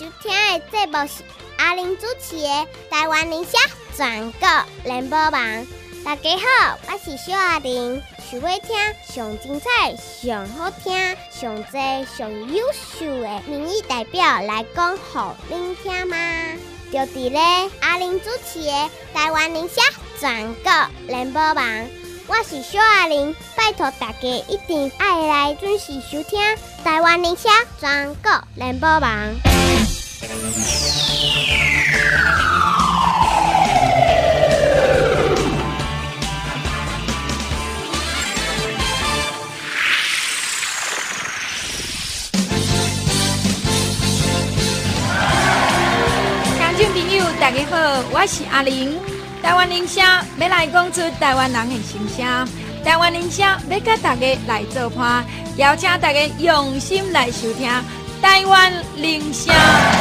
听的节目是阿玲主持的《台湾人社全国联播网》。大家好，我是小阿玲。想要听上精彩、上好听、上多、上优秀的民意代表来讲给您听吗？就伫咧阿玲主持的《台湾人社全国联播网》。我是小阿玲，拜托大家一定要来准时收听台湾人社全国联播网。 听众朋友，大家好，我是阿玲。台湾人社要来讲出台湾人的心声，台湾人社要甲大家来做伴，邀请大家用心来收听台湾人社。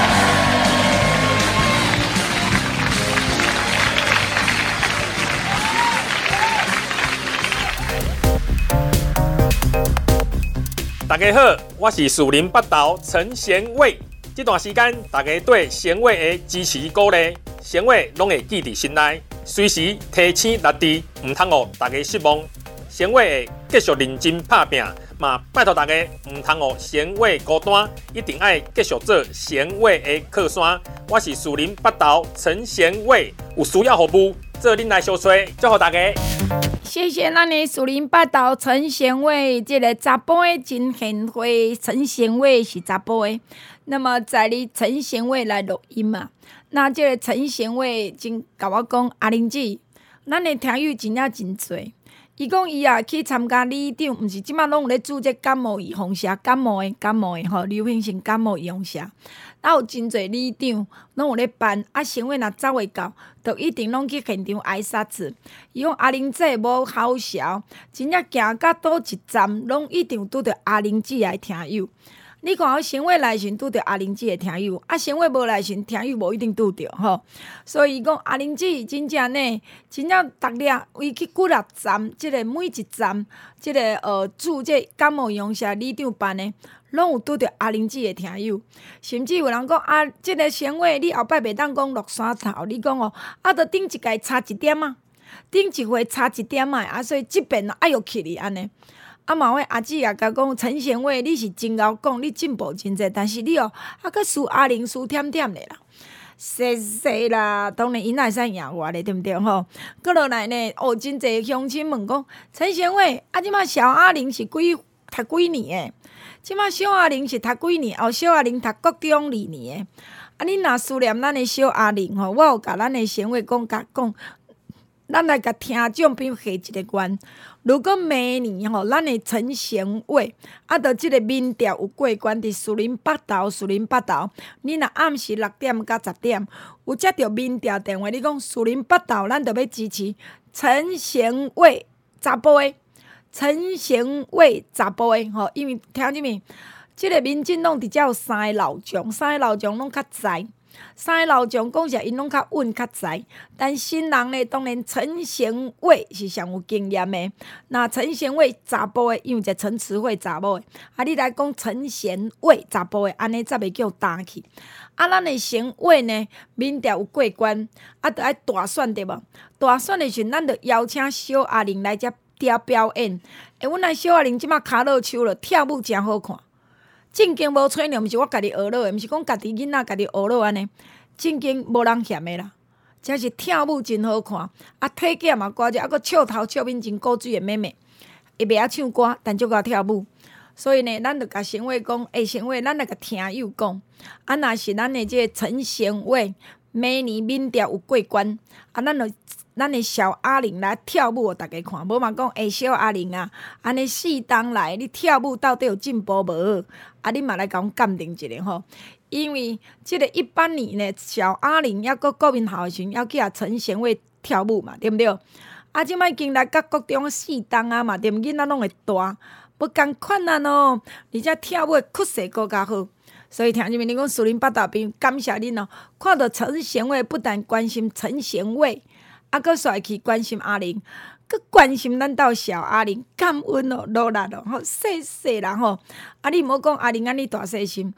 大家好，我是树林北投陈贤伟。这段时间，大家对贤伟的支持鼓励，贤伟拢会记伫心内，随时提醒力治，唔通互大家失望。贤伟会继续认真打拼，嘛拜托大家唔通互贤伟孤单，一定要继续做贤伟的靠山。我是树林北投陈贤伟，有需要服务，做恁来相找，祝福大家。 谢谢咱的树林北投陈贤伟，这个查甫的真贤惠，陈贤伟是查甫的。那么在你陈贤伟来录音嘛？那这个陈贤伟真甲我讲，阿玲姐，咱的听友真正真多。伊讲伊也去参加里长，毋是即马拢有咧组织感冒预防社，感冒的吼，流行性感冒预防社。啊，有真侪里长拢有咧办，啊，贤伟若走袂到，就一定拢去现场挨杀子。伊讲阿玲姐无好笑，真正行到倒一站，拢一定拄着阿玲姐的听友。你看，我贤伟来时拄着阿玲姐的听友，啊，贤伟无来时听友无一定拄着吼。所以讲阿玲姐真正呢，真正逐粒伊去几啊站，即个每一站，即个驻这感冒预防社里长办的，拢有拄着阿玲姐的听友。甚至有人讲啊，即个贤伟你后摆袂当讲落山头，你讲哦，啊，着顶一届差一点啊，顶一回差一点啊，啊，所以即边哎哟去哩安尼。啊，嘛位阿姊也甲讲，陈贤伟你是真够讲，你进步真侪，但是你哦，啊，佮输阿玲输忝忝的啦，细啦，当然因也会使赢我咧，对毋对吼？过落来呢，哦，真侪乡亲问讲，陈贤伟，啊，即马小阿玲是读几年的？即马小阿玲是读几年？哦，小阿玲读国中2年的。啊，你若思念咱的小阿玲吼，我有甲咱的贤伟讲，咱来甲听众朋友下一个愿。如果明年吼，咱的陈贤伟啊，着即个民调有过关伫树林北投，你若暗时6点到10点有接到民调电话，你讲树林北投，咱着要支持陈贤伟查甫的，陈贤伟查甫的吼，因为听见没？即个民进党伫遮有3个老将拢较在。3个老将讲实因拢较稳较在，但新人呢，当然陈贤伟是上有经验的。那陈贤伟查甫的，因为一个陈慈慧查某的，啊，你来讲陈贤伟查甫的，安尼才袂叫打去。啊，咱的贤伟呢，民调有过关，啊，着爱大选对无？大选的时阵，咱着邀请小阿玲来遮跳表演。阮来小阿玲即马骹落手了，跳舞真好看。正经无吹牛，毋是我家己学落的，毋是讲家己囡仔家己学落安尼，正经无人嫌的啦。真是跳舞真好看，啊，体检嘛歌者，啊，佫笑头笑面真古水的妹妹，会袂晓唱歌，但足够跳舞。所以呢，咱着甲贤伟讲，贤伟，咱来甲听友讲，啊，若是咱的这个陈贤伟，明年民调有过关，啊，咱的小阿玲来跳舞，互大家看，无嘛讲小阿玲啊，安尼4冬来你跳舞到底有进步无？啊，你嘛来甲阮鉴定一下吼。因为即个一般年呢，小阿玲抑搁国民校的时阵，要去啊陈贤伟跳舞嘛，对毋对？啊，即摆经来甲国中4冬啊嘛，对毋？囡仔拢会大，无共款啊喏，而且跳舞的酷势搁较好。所以听见没？你讲树林北投朋友，感谢恁哦！看到陈贤伟不但关心陈贤伟，啊，搁煞去关心阿玲，搁关心咱兜小阿玲，感恩哦，努力哦，吼，细细人吼。啊，你毋好讲阿玲安尼大细心，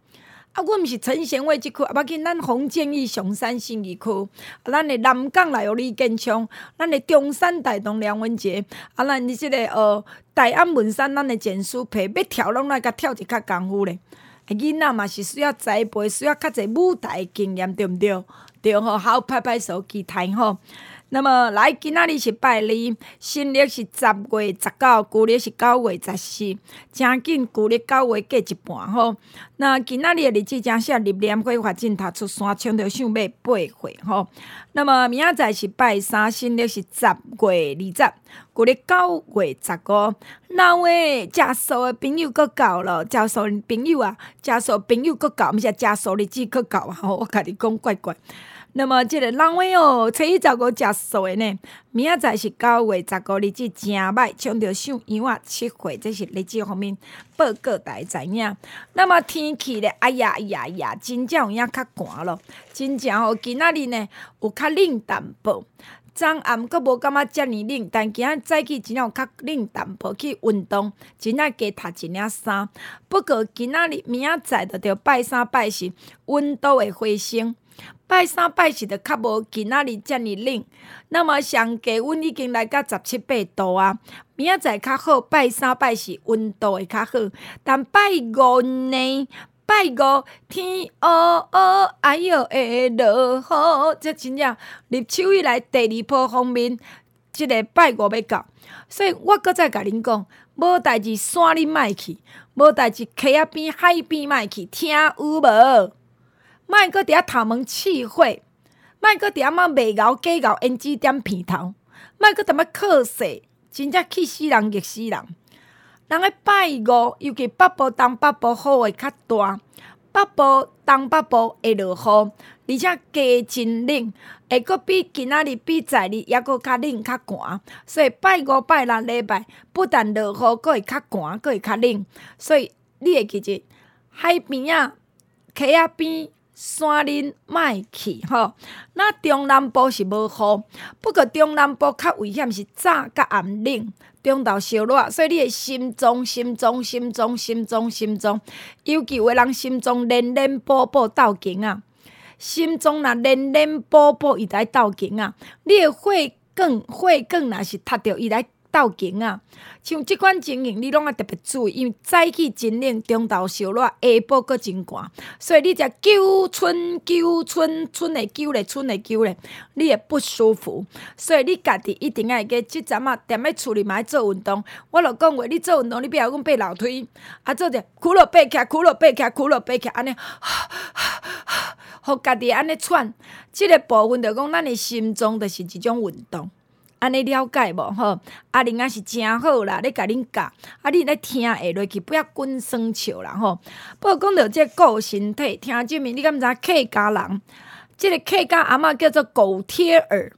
啊，阮毋是陈贤伟即区，啊，要紧咱洪建义上山新义区，啊，咱的南港来有李建昌，咱的中山大同梁文杰，啊，咱即个大安文山咱的简书培，要跳拢来甲跳一较功夫咧。囡仔嘛是需要栽培，需要较侪舞台经验，对毋对？对吼，好拍拍手期待吼。那么来，今仔日是拜二，新历是10月19，旧历是9月14，真紧，旧历9月过一半吼。那今仔日的日子真适合入念火发进，踏出山，冲着想要8岁吼。那么明仔载是拜3，新历是10月20，旧历9月15。老诶，食素的朋友搁到咯，食素朋友啊，食素朋友搁到，毋是食素日子搁到啊吼。我甲你讲怪怪。那么，即个人话哦，初一15食素的呢，明仔载是9月15日子，真歹，冲着上羊啊7岁，这是日子方面报告大家知影。那么天气咧，哎呀，真正有影较寒咯，真正哦，今仔日呢有较冷淡薄。昨暗阁无感觉遮尔冷，但今仔早起真正有较冷淡薄，去运动，真正加脱一领衫。不过今仔日明仔载着拜3拜4，温度会回升。拜3拜4就较无今仔日遮尔冷，那么上低温已经来到17、18度啊。明仔载较好，拜3拜4温度会较好，但拜5呢？拜5天乌乌，哎哟会落雨，这真正入秋以来第2波方面，即个拜5要到，所以我搁再甲恁讲，无代志山恁莫去，无代志溪仔边、海边莫去，听有无？莫搁伫遐头毛刺火，莫搁伫遐仔卖熬假熬胭脂点片头，莫搁踮遐靠势，真正气死人，热死人。人咧拜5，尤其北部、东北部雨会较大，北部、东北部会落雨，而且加真冷，会搁比今仔日比昨日还搁较冷较寒。所以拜5、拜6礼拜不但落雨，搁会较寒，搁会较冷。所以你会记住，海边啊、溪仔边、山林莫去吼。那中南部是无雨，不过中南部较危险是早甲暗冷。中昼烧热，所以你的心脏，尤其有的人心脏连补斗经啊，心脏若连补伊来斗经啊，你的血管若是塌着伊来斗经啊，像即款情形，你拢要特别注意，因为早起真冷，中昼烧热，下晡阁真寒，所以你只春的揪咧，你会不舒服。所以你家己一定要记，即阵啊，踮咧厝里嘛爱做运动。我著讲话，你做运动，你不要讲爬楼梯，啊，做者苦落爬起，安尼，互家己安尼喘。即个部分著讲，咱的心脏著是一种运动。安尼了解无吼？啊，另外是真好啦，咧甲恁教，啊，你咧听下落去，不要滚酸笑啦吼。不过讲到这顾身体，听这面你敢毋知客家人？这个客家阿嬷叫做狗贴耳，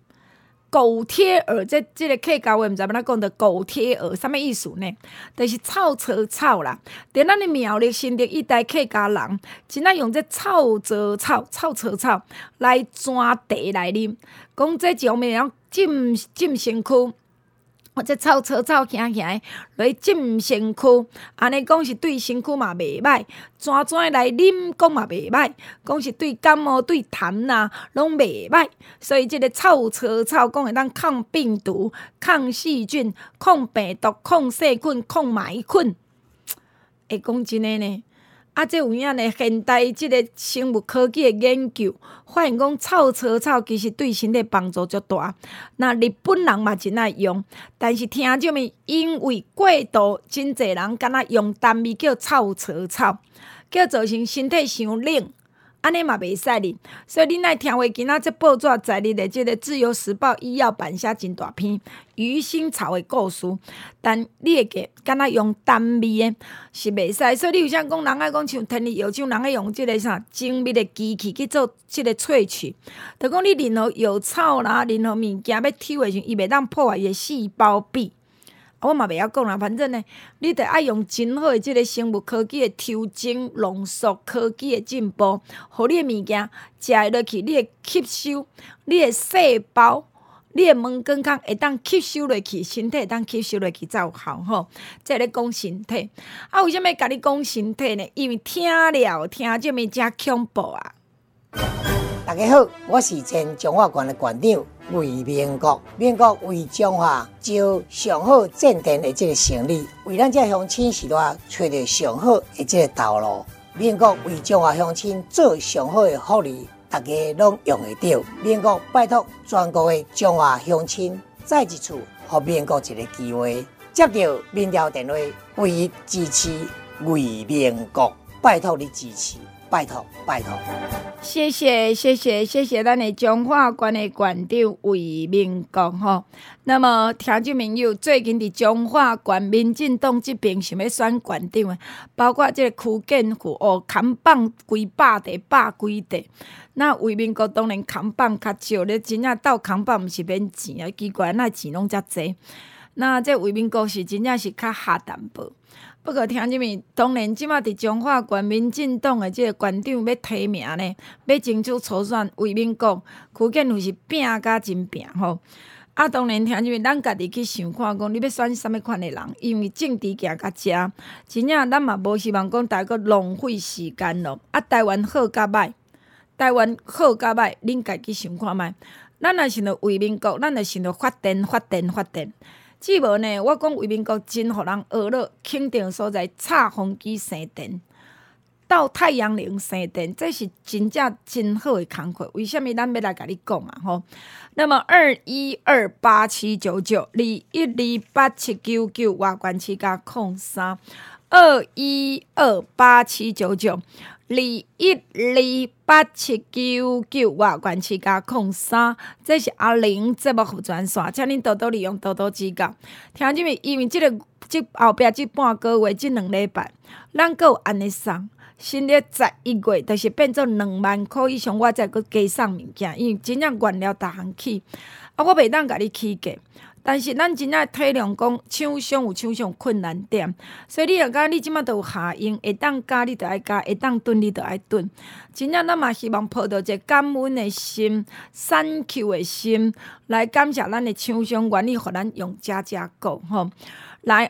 这个客家话毋知要哪讲的狗贴耳，啥物意思呢？就是臭车草啦。伫咱的苗栗新竹一带客家人，真爱用这臭车草来转茶来啉，讲这种面样。浸身躯，或者臭车草行落去浸身躯，安尼讲是对身躯嘛袂歹，转来啉讲嘛袂歹，讲是对感冒、对痰呐拢袂歹。所以即个臭车草讲会当抗病毒、抗细菌、抗病毒、抗细菌、抗霾菌。会讲真诶呢？啊，这有影呢？现代即个生物科技的研究，发现讲臭车草其实对身体帮助足大。那日本人嘛真爱用，但是听众们因为过度，真侪人敢若用单味叫臭车草，叫造成身体伤冷，安尼嘛袂使哩。所以恁爱听话，今仔这报纸昨日的即个《自由时报》医药版写真大篇鱼腥草的故事，但你会记敢若用单味的是袂使。所以你有啥讲人爱讲像天然药厂，人爱用即个啥精密的机器去做即个萃取，就讲你任何药草啦，任何物件要抽的时候，伊袂当破坏伊的细胞壁。我嘛袂晓讲啦，反正呢，你得爱用真好的即个生物科技的抽精浓缩科技的进步，互你的物件食落去，你会吸收，你的细胞， 你的毛健康会当吸收落去，身体会当吸收落去才有效吼。这咧讲身体，为什么甲你讲身体呢？因为听了听这么真恐怖啊！ 大家好，我是前中华县的县长魏明国。民国为中华招上好正电的这个成立，为咱这乡亲时代找到上好的这个道路。民国为中华乡亲做上好的福利，大家拢用得到。民国拜托全国的中华乡亲，再一次给民国一个机会，接到民调电话，唯一支持魏明国，拜托你支持。拜托，拜托！ 谢谢咱的中华县的县长魏明国吼。那么，听众朋友，最近伫中华县民进党这边想要选县长的，包括这个区建府扛棒几百地、百几地。那魏明国当然扛棒较少，你真正斗扛棒毋是免钱啊，奇怪，那钱拢遮济。那这魏明国是真正是较下淡薄。不过，听众们，当然，即马伫中华县民进党的这个县长要提名呢，要争取初选魏明国，区建府是拼甲真拼吼。啊，当然，听众们，咱家己去想看，讲你要选什么款的人，因为政治行到遮，真正咱嘛无希望讲大家浪费时间咯。啊，台湾好甲歹，台湾好甲歹，恁家己想看觅。咱若想到魏明国，咱就想到发电。只无呢，我讲魏明国真互人学了，肯定所在插风机生电，到太阳能生电，这是真正真好的工课。为什么咱要来甲你讲啊？吼，那么21287992128799外关市加03 21287992128799外关市加03，这是阿玲节目服专线，请恁多多利用，多多指教。听众们，因为这后壁这半个月，这2礼拜，咱阁有安尼送。新的11月，就是变做2万块以上，我才阁加送物件，因为真正原料逐项起，啊，我袂当甲你起价。但是咱真正体谅讲，厂商有厂商困难点，所以你若讲你即马都有下用，会当加你就爱加，会当炖你就爱炖。真正咱嘛希望抱着一个感恩的心、thank you的心，来感谢咱的厂商愿意互咱用遮顾吼。来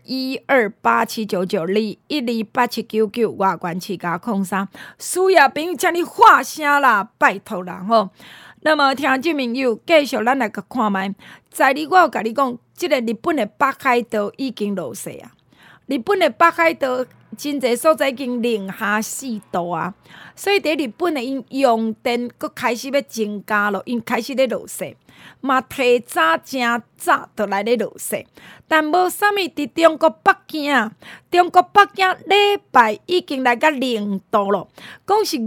21287992128799外关市加03，需要朋友请你发声啦，拜托啦吼。那么听众朋友，继续咱来看觅，在我有甲你讲，即个日本的北海道已经落雪啊！日本的北海道真侪所在已经零下4度啊，所以伫日本的因用电佫开始要增加咯，因开始咧落雪，嘛提早真早就来咧落雪，但无啥物伫中国北京，礼拜已经来到0度咯，讲是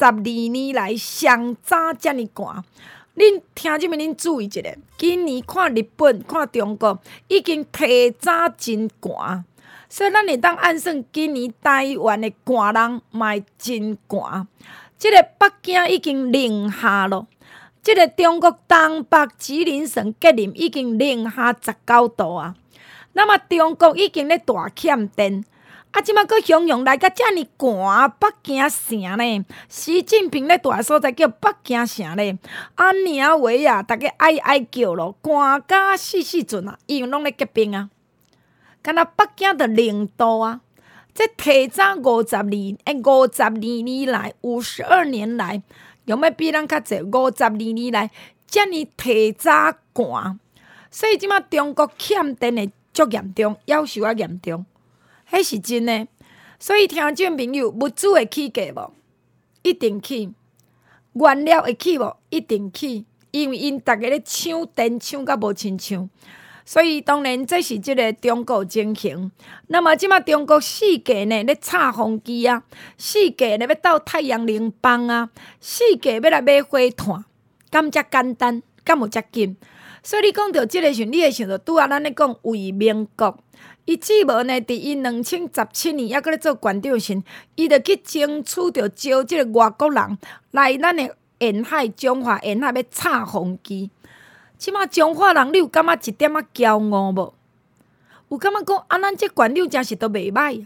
52年来上早遮尔寒。恁听即面，恁注意一下，今年看日本、看中国已经提早真寒。所以，咱会当按算今年台湾的寒人嘛会真寒。即个北京已经零下咯，即个中国东北吉林省吉林已经零下19度啊。那么中国已经咧大欠电，啊，即马佫汹涌来甲遮尔寒，北京城呢？习近平咧大所在叫北京城咧，啊，领话啊，逐个哀叫咯，寒甲死准啊，因为拢咧结冰啊。敢若北京就0度啊！这提早52年来，52年来，有没比咱较济？52年来，遮尔提早寒，所以即马中国欠电的足严重，夭寿啊严重，迄是真的。所以听众朋友，物资会起价无？一定起。原料会起无？一定起，因为因逐个咧抢电抢甲无亲像。所以当然，这是即个中国情形。那么即马中国四界呢咧插风机啊，四界咧要到太阳能板啊，四界要来买火炭，敢遮简单？敢有遮紧？所以你讲到即个时，你会想到拄仔咱咧讲魏明国，伊只无呢，伫伊2017年还搁咧做县长时，伊就去争取着招即个外国人来咱的沿海中华沿海要插风机。即马中华人，你有感觉一点仔骄傲无？有感觉讲咱这县长真是都袂歹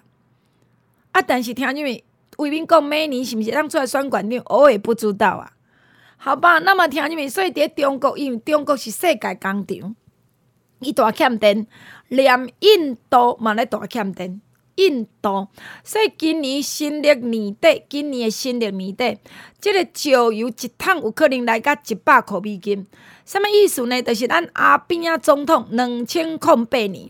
啊！但是听你们魏明国每年是毋是当出来选县长？我也不知道啊。 好吧，那么听你们，所以伫中国，因为中国是世界工厂，伊大欠电，连印度嘛咧大欠电。印度，所以今年新历年底，即个石油一桶有可能来到100块美金。什么意思呢？就是咱阿扁仔总统2008年，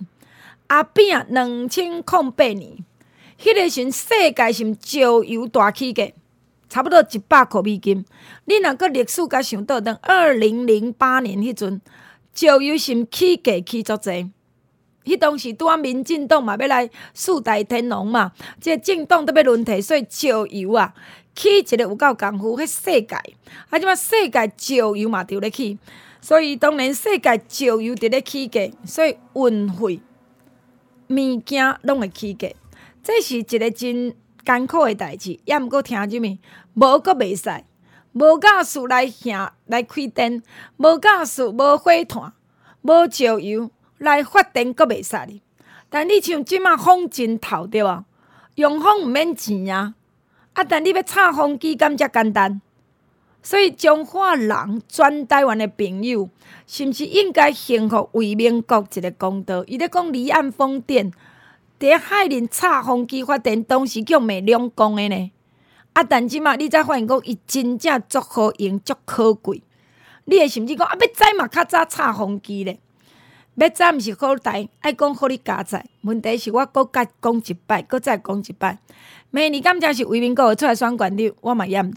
迄个时世界是石油大起价，差不多100块美金。你若个历史甲想倒转，2008年迄阵，石油是起价起足济。迄当时拄民进党嘛要来四大天王嘛，即政党都要轮替，所以石油啊起一个有够功夫，迄世界即摆世界石油嘛伫咧起，所以当然世界石油伫咧起价，所以运费物件拢会起价，这是一个真艰苦的代志。也毋过听什么，无阁袂使，无驾驶来开电，无驾驶无火炭，无石油。来发电阁袂使哩，但你像即马风真透对啊，用风毋免钱啊，但你要插风机敢遮简单？所以中华人全台湾的朋友，是毋是应该幸福为民国一个公道？伊咧讲离岸风电，伫海面插风机发电，当时叫卖两公的呢。但即马你才发现讲，伊真正足好用，足可贵。你会甚至讲要知嘛较早插风机咧？要知毋是好代，爱讲好你加载。问题是我搁再讲一摆，搁再讲一摆。明年敢才是为民国出来选馆长，我嘛也毋知。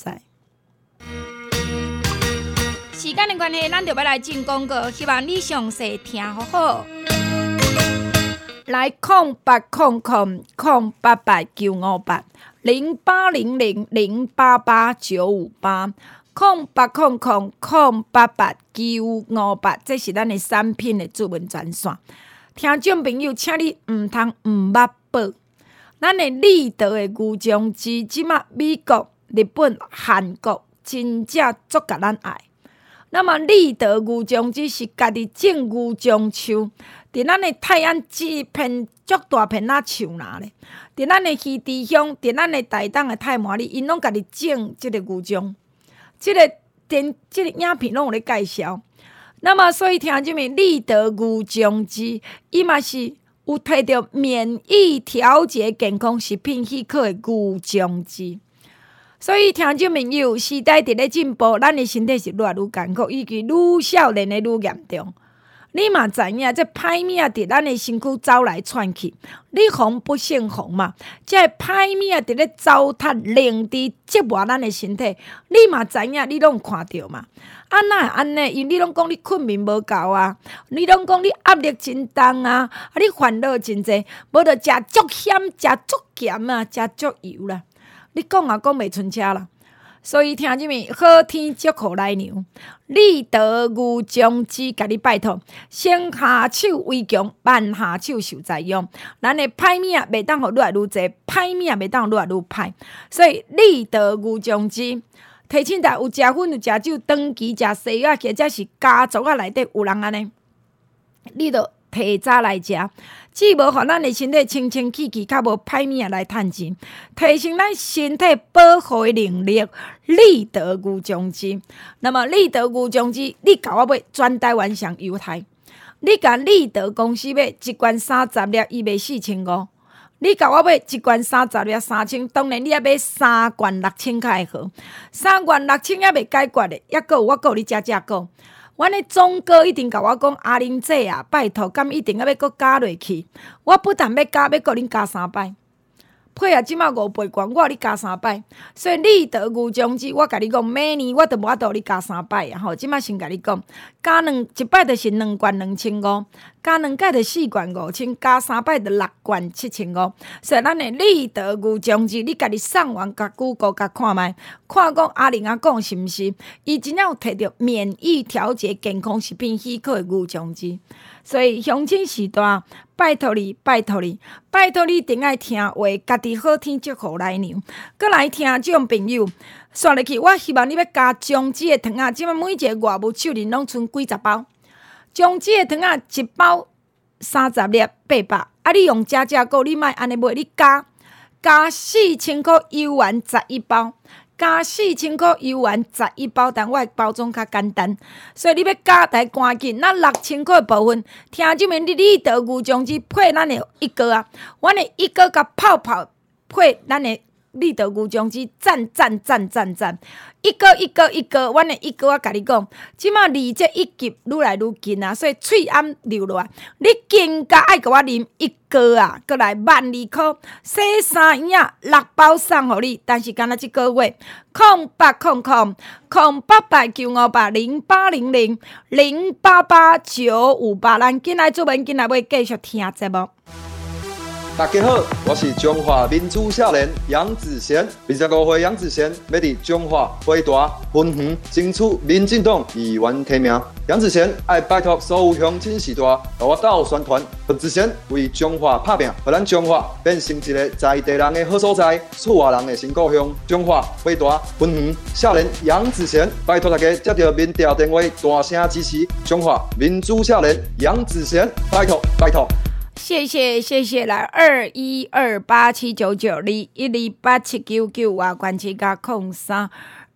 时间的关系，咱就要来进广告，希望你详细听好好。来0800-088-958，0800-088-958。0800-088-958，这是咱的产品的主文专线。听众朋友，请你毋通毋捌报，咱的立德的牛樟芝，即马美国、日本、韩国真正足甲咱爱。那么立德牛樟芝是家己种牛樟树，伫咱的泰安一片足大片树哪咧？伫咱的鱼池乡，伫咱的台东的太麻里，因拢家己种即个牛樟。这个影片拢有咧介绍，那么所以听即么立德牛樟芝，伊嘛是有摕到免疫调节健康食品许可的牛樟芝，所以听众朋友，时代伫咧进步，咱的身体是愈来愈艰苦，以及愈少年的愈严重。你嘛知影，这歹物啊，伫咱的身躯走来窜去，你防不胜防嘛。这歹物啊，伫咧糟蹋、令伫折磨咱的身体，你嘛知影，你拢看到嘛。哪会安尼？因为你拢讲你困眠无够啊，你拢讲你压力真重啊，你烦恼真济，无着食足咸、食足咸啊，食足油啦。你讲也讲袂出车啦。所以听即么好天祝福来娘，立德牛樟芝甲你拜托，先下手为强，慢下手受灾殃。咱的歹物啊，袂当互愈来愈济，歹物啊，袂当愈来愈歹。所以立德牛樟芝，提醒大家有食薰、有食酒、长期食西药，或者是家族啊内底有人安尼，你着提早来食。既无互咱的身体清清气气，较无歹物来趁钱，提升咱身体保护的能力。立德牛樟芝，那么立德牛樟芝，你甲我买全台湾上优待。你甲立德公司买一罐30粒，伊卖4500；你甲我买一罐30粒3000，当然你也买3罐6000较会好。3罐6000也袂解决的，还佫有我佫有你食过。阮的总哥一定甲我讲，阿玲姐啊，拜托，敢一定要佫加落去？我不但要加，要佫恁加3摆。配合即马5倍罐，我互你加3摆。所以立德牛樟芝，我甲你讲，明年我都无法度你加3摆啊！吼，即马先甲你讲，加一摆就是2罐2500，加2摆就4罐5000，加3摆就6罐7500。所以咱的立德牛樟芝，你家己上网甲 Google 甲看觅，看讲阿玲啊讲是毋是？伊真正有摕到免疫调节健康食品许可的牛樟芝。所以乡亲时代，拜托你，拜托你，拜托你，一定爱听话，家己好天祝福来娘。搁来听这种朋友，刷入去，我希望你要加樟芝的糖仔，即摆每一个外务手里拢剩几十包。樟芝的糖仔一包30粒800，你用加购，你莫安尼买，你加4000块，油丸11包， 加4000块油丸11包，但我的包装较简单，所以你要加来赶紧。那6000块的部分，听这边立德牛酱汁配咱的一哥啊，阮的一哥甲泡配咱的立德牛酱汁，赞！一个，阮的一哥我甲你讲，即马离这一级愈来愈近啊，所以喙暗流落来，你更加爱甲我啉一哥啊，过来12000块，洗3样6包送互你，但是敢若即个月08000800080008889558，咱紧来做文，紧来要继续听节目。 大家好，我是中华民主少年杨子贤。25岁杨子贤要伫中华回大分园争取民进党议员提名。杨子贤爱拜托所有乡亲时代，和我斗宣传，让子贤为中华打拼，让咱中华变成一个在地人的好所在，厝外人的新故乡。中华回大分园少年杨子贤，拜托大家接到民调电话，大声支持中华民主少年杨子贤，拜托。 谢谢，来21287992128799外关七加03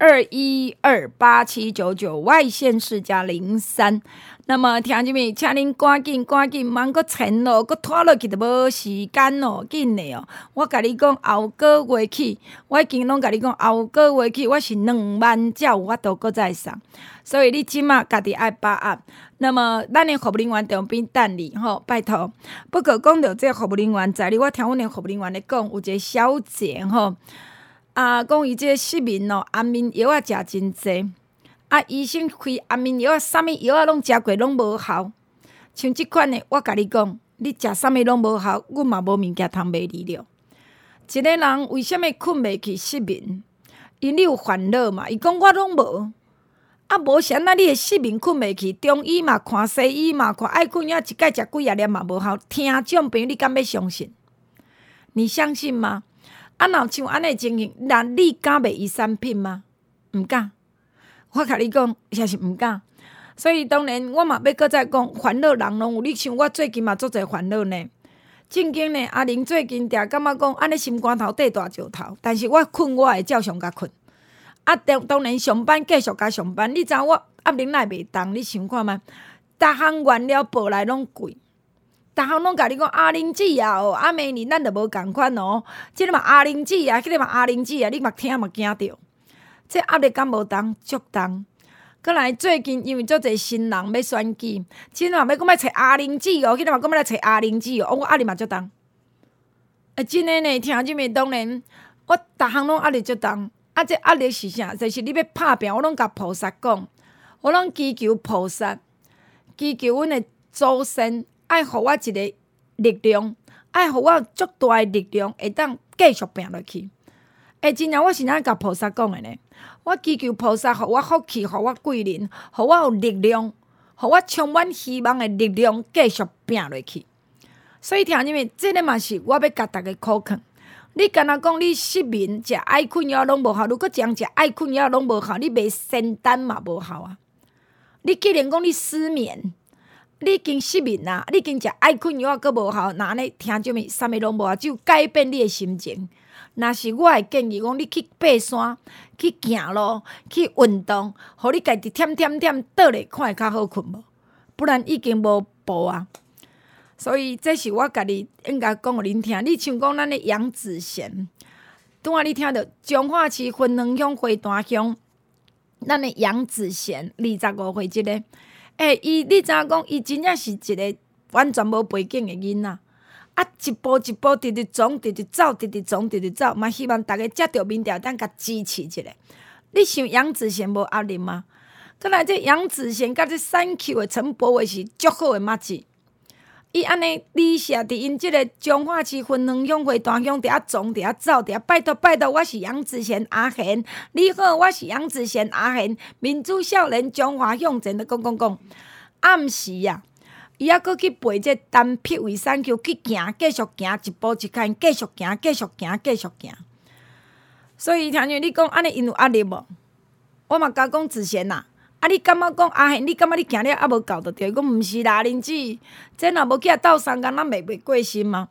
21287999外县市加03。那么听众们，请恁赶紧，茫阁前咯，阁拖落去就无时间咯，紧的哦。我甲你讲，后个月起，我已经拢甲你讲，后个月起我是2万才有法度阁再送，所以你即马家己爱把握。那么咱的服务人员在边等你吼，拜托。不过讲到这服务人员在哩，我听阮的服务人员咧讲，有一个小姐吼，讲伊这失眠哦，安眠药啊食真济。医生开安眠药啥物药啊，拢食过拢无效。像即款的，我甲你讲，你食啥物拢无效，阮嘛无物件通买你了。一个人为什么困袂去失眠？因你有烦恼嘛？伊讲我拢无。无啥那你会失眠困袂去？中医嘛看，西医嘛看，爱困药一摆食几啊粒嘛无效。听众朋友，你敢要相信？你相信吗？若像安尼情形，那你敢买伊产品吗？毋敢。我甲你讲，也是毋敢。所以当然，我嘛要搁再讲，烦恼人拢有。你像我最近嘛做侪烦恼呢。正经呢，阿玲最近定感觉讲，安尼心肝头缀大石头。但是我困，我会照常甲困。当然上班继续甲上班。你知影我压力哪会袂重？你想看觅？逐项原料报来拢贵，逐项拢甲你讲阿玲子啊哦，明年咱就无共款哦。即个嘛阿玲子啊，迄个嘛阿玲子啊，你嘛听嘛惊着。这压力敢无重？足重。过来最近因为足侪新人要选举，即嘛要讲要找阿玲子哦，迄个嘛讲要来找阿玲子哦，我压力嘛足重。真诶呢，听即面当然，我逐项拢压力足重。这压力是啥？就是你要拍拼，我拢甲菩萨讲，我拢祈求菩萨，祈求阮的祖先，爱互我一个力量，爱互我足大的力量，会当继续拼落去。真正我是安甲菩萨讲的呢。我祈求菩萨，互我福气，互我贵人，互我有力量，互我充满希望的力量，继续拼落去。所以听你们，这个嘛是我要甲大家考劝。你敢若讲你失眠食爱困药拢无效，如果讲食爱困药拢无效，你买仙丹嘛无效啊。你既然讲你失眠，你已经失眠啊，你已经食爱困药阁无效，那安尼听什么啥物拢无效，只有改变你的心情。若是我会建议讲，你去爬山，去行路，去运动，互你家己忝倒咧，看会较好困无？不然已经无步啊。所以这是我家己应该讲互恁听。你像讲咱的杨子贤，拄仔你听到彰化市分园乡花坛乡，咱的杨子贤25岁即个，伊你知影讲，伊真正是一个完全无背景的囡仔。一步一步直撞，直走，嘛希望大家接到民调，当甲支持一下。你想杨子贤无压力吗？再来这杨子贤甲这3 Q 的陈柏惟是足好的麻子。伊安尼李舍伫因即个彰化市分园乡花坛乡，伫遐撞，伫遐走，伫遐拜托，我是杨子贤阿贤，你好，我是杨子贤阿贤，民主少年彰化乡前咧讲，暗时啊。伊还佫去背这单匹为3 Q 去行，继续行，一步一看，继续行。所以听见你讲安尼，因有压力无？我嘛甲讲子贤呐，你感觉讲阿贤，你感觉你行了还无够着对？讲毋是啦，林子，这若无去斗3工，咱袂过心吗？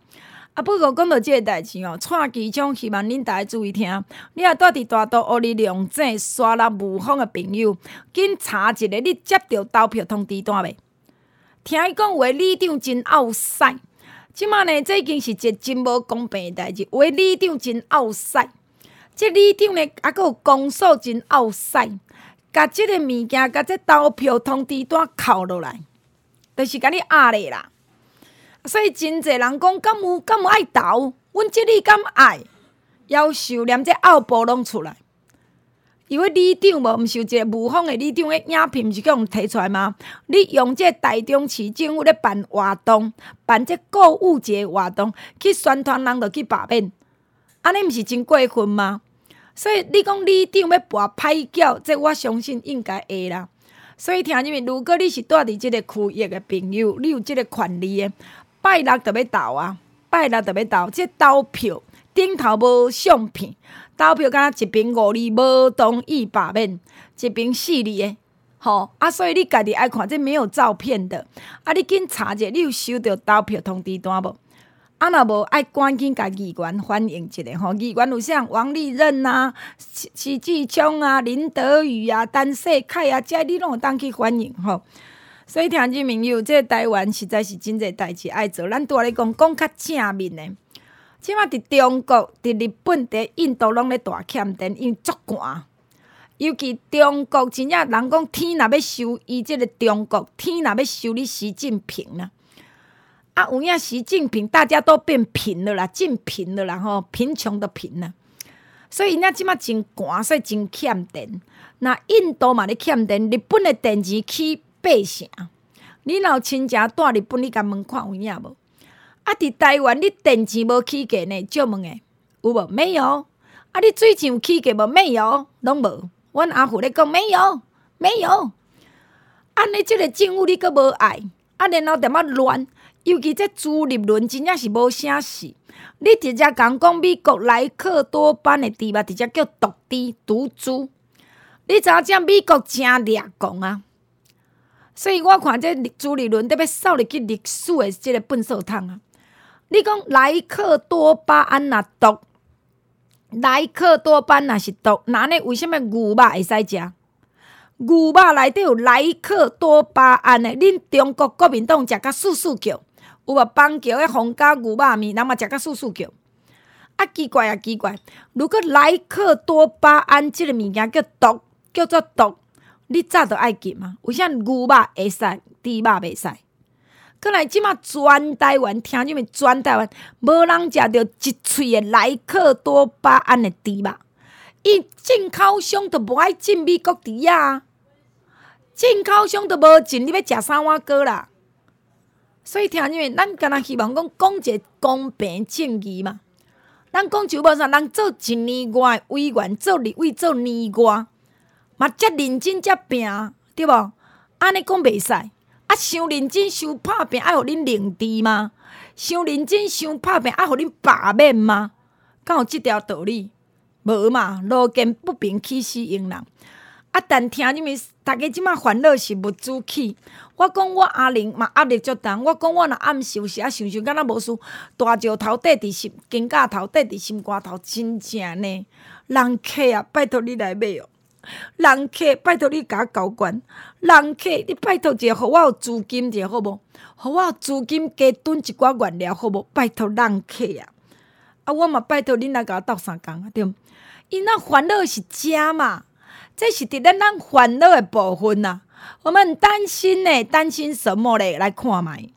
不过讲到即个代志串机枪，希望恁大家注意听。你若住伫大都乌里龙井沙拉无风的朋友，紧查一下，你接到投票通知单未？听伊讲话，里长真拗屎。即摆呢，这已经是一个真无公平的代志。话里长真拗屎，即里长呢，还佫有公所真拗屎，甲即个物件，甲即投票通知单扣落来，就是甲你压咧啦。所以真侪人讲，敢有爱投？阮即里敢爱？夭寿连这拗步拢出来。因为里长无，毋是有一个无风的里长的影片，毋是叫人提出来吗？你用这台中市政府咧办活动，办这购物节活动，去宣传人就去罢免，安尼毋是真过分吗？所以你讲里长要博歹缴，这我相信应该会啦。所以听入面，如果你是住伫即个区域的朋友，你有即个权利的。拜六就要投啊！拜六就要投，即投票顶头无相片，投票敢若一边5字无同意罢免，一边4字的，吼啊！所以你家己爱看，这没有照片的啊！你紧查者，你有收到投票通知单无？啊，若无爱赶紧甲议员反映一下吼，议员有啥王立任啊、徐志昌啊、林德宇啊、陈世凯啊，这你拢有当去反映吼。所以听众朋友，这台湾实在是真侪代志爱做。咱拄仔咧讲较正面的，即摆伫中国、伫日本、伫印度拢咧大欠电，因为足寒。尤其中国真正人讲天若要收伊即个中国，天若要收你习近平啦。啊，有影习近平大家都变贫了啦，进贫了啦吼，贫穷的贫啦。所以因即摆真寒，所以真欠电。那印度嘛咧欠电，日本的电池起8成，你若有亲戚住日本，你甲问看有影无？啊，伫台湾你电池无起价呢？借问诶，有无？没有。啊，你水钱有起价无？没有，拢无。阮阿父咧讲没有，没有。安尼即个政府你阁无爱，啊，然后踮仔乱，尤其这朱立伦真正是无啥事。你直接讲美国莱克多巴胺的猪肉直接叫毒猪毒猪，你知影这美国真掠讲啊？所以我看这朱立伦得要扫入去历史的这个粪扫桶啊！你讲莱克多巴胺若毒，莱克多巴胺若是毒，那呢为什么牛肉会使食？牛肉内底有莱克多巴胺的，恁中国国民党食甲簌簌叫，有无邦桥迄皇家牛肉面，人嘛食甲簌簌叫？啊，奇怪啊奇怪！如果莱克多巴胺这个物件叫毒，叫做毒。你早就爱禁啊！为啥牛肉会使，猪肉袂使？过来即马全台湾听入面，全台湾无人食着一喙的莱克多巴胺的猪肉，伊进口商都无爱进美国猪啊，进口商都无进，你要食啥碗糕啦？所以听入面，咱敢若希望讲一个公平正义嘛。咱讲就无啥人做1年外的委员，做立委做年外。嘛，遮认真遮拼，对无？安尼讲袂使，啊，伤认真伤拍拼，爱互恁凌迟吗？伤认真伤拍拼，爱互恁罢免吗？敢有即条道理？无嘛，路见不平起死赢人。啊，但听入面，大家即马烦恼是物主起。我讲我阿玲嘛压力足重，我讲我若暗时有时啊想敢若无事，大石头缀伫心，金甲头缀伫心肝头，真正呢，人客啊，拜托你来买哦。人客，拜托你甲我交关。人客，你拜托者，互我有资金者好无？互我有资金加囤一寡原料好无？拜托人客啊！啊，我嘛拜托恁来甲我斗相共啊，对毋？因那烦恼是家嘛，这是伫咱烦恼的部分啊。我们很担心呢，担心什么嘞？来看卖。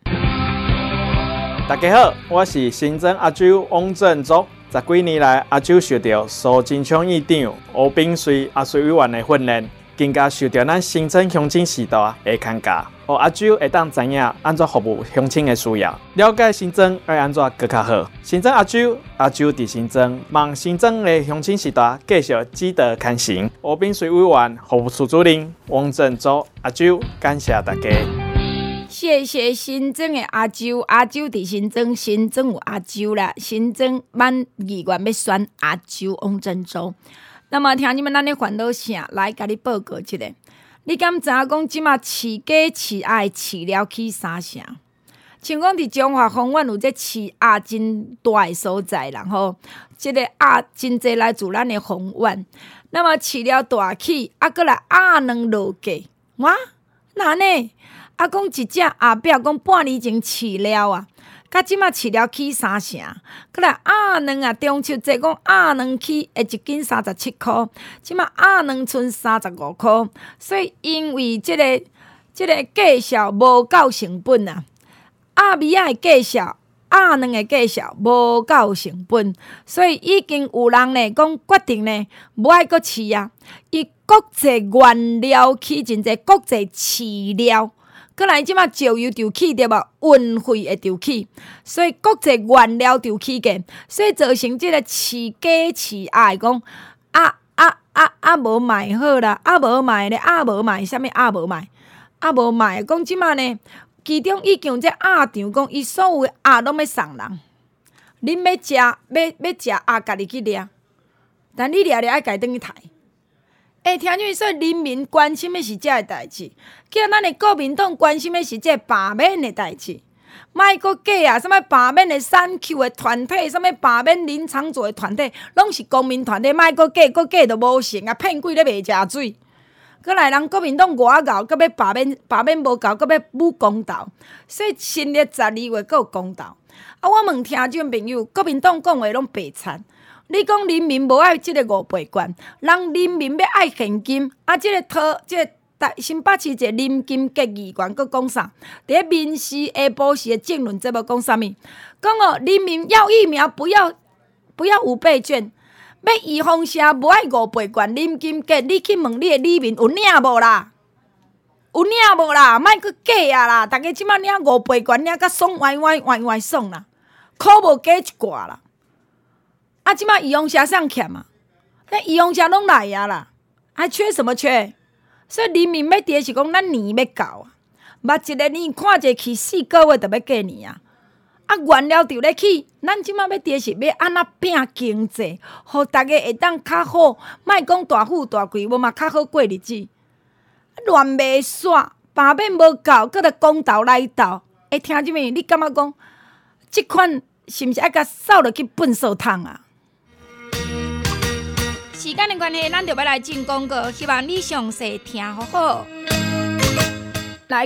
大家好，我是新增阿周王振洲。10几年来，阿周受到苏贞昌议长、吴秉叡阿水委员的训练，更加受到咱新增乡亲时代的看教，互阿周会当知影安怎服务乡亲的需要，了解新增要安怎更较好。新增阿周伫新增，望新增的乡亲时代继续积德看行。吴秉叡委员服务处主任王振洲阿周，感谢大家。 谢谢新增的阿周，阿周伫新增，新增有阿周啦，新增满议员要选阿周王振洲。那么听你们咱咧烦恼啥？来甲你报告一下。你敢知影讲即马饲鸡饲鸭饲了起3成？ 像讲伫中华丰原有这饲鸭真大的所在啦吼，即个鸭真济来自咱的丰原。那么饲了大起，搁来鸭卵落价，哇，那呢？讲一只鸭表讲半年前饲了啊，甲即马饲了起3成，搁来鸭卵中秋节讲鸭卵起会1斤37箍，即马鸭卵剩35箍，所以因为即个价销无够成本啊，鸭米仔的价销。鸭卵的价销无够成本，所以已经有人呢讲决定呢，无爱阁饲啊。伊国际原料起真济，国际饲料，搁来即马石油就起对无？运费会就起，所以国际原料就起价，所以造成即个饲鸡饲鸭讲无卖好啦，无卖咧，无卖，啥物无卖？无卖，讲即马呢？其中已经有这鸭场讲，伊所有的鸭拢要送人。恁要食鸭，家己去掠，但你掠爱家己转去刣。听见说人民关心的是这个代志，叫咱的国民党关心的是这罢免的代志。莫阁假啊！什物罢免的产休的团体，什物罢免林长佐的团体，拢是公民团体。莫阁假都无成啊！骗鬼咧袂食水。搁来人国民党外搞，搁要罢免无够，搁要补公道，所以新历12月搁有公道。我问听众朋友，国民党讲话拢白惨。你讲人民无爱即个5倍券，人民要爱现金，即个新北市一个林金结议员搁讲啥？伫咧民视下晡时的政论节目讲啥物？讲人民要疫苗，不要5倍券。要预防啥？无爱5倍券，林金结，你去问你的里民有领无啦？有领无啦？莫阁假啊啦！逐个即摆领5倍券，领甲爽歪爽啦，苦无加一挂啦。即摆预防啥上欠啊？那预防啥拢来啊啦，还缺什么缺？所以人民要伫是讲，咱年要到啊，目一个年看者去4个月就要过年啊。原料就咧起，咱即摆要伫是要安怎拼经济，互大家会当较好，莫讲大富大贵，无嘛较好过日子。乱卖煞，罢免无够，搁来公道来斗。听即物，你感觉讲，即款是毋是爱甲扫落去粪扫桶啊？时间的关系，咱就要来进广告，希望你详细听好好。来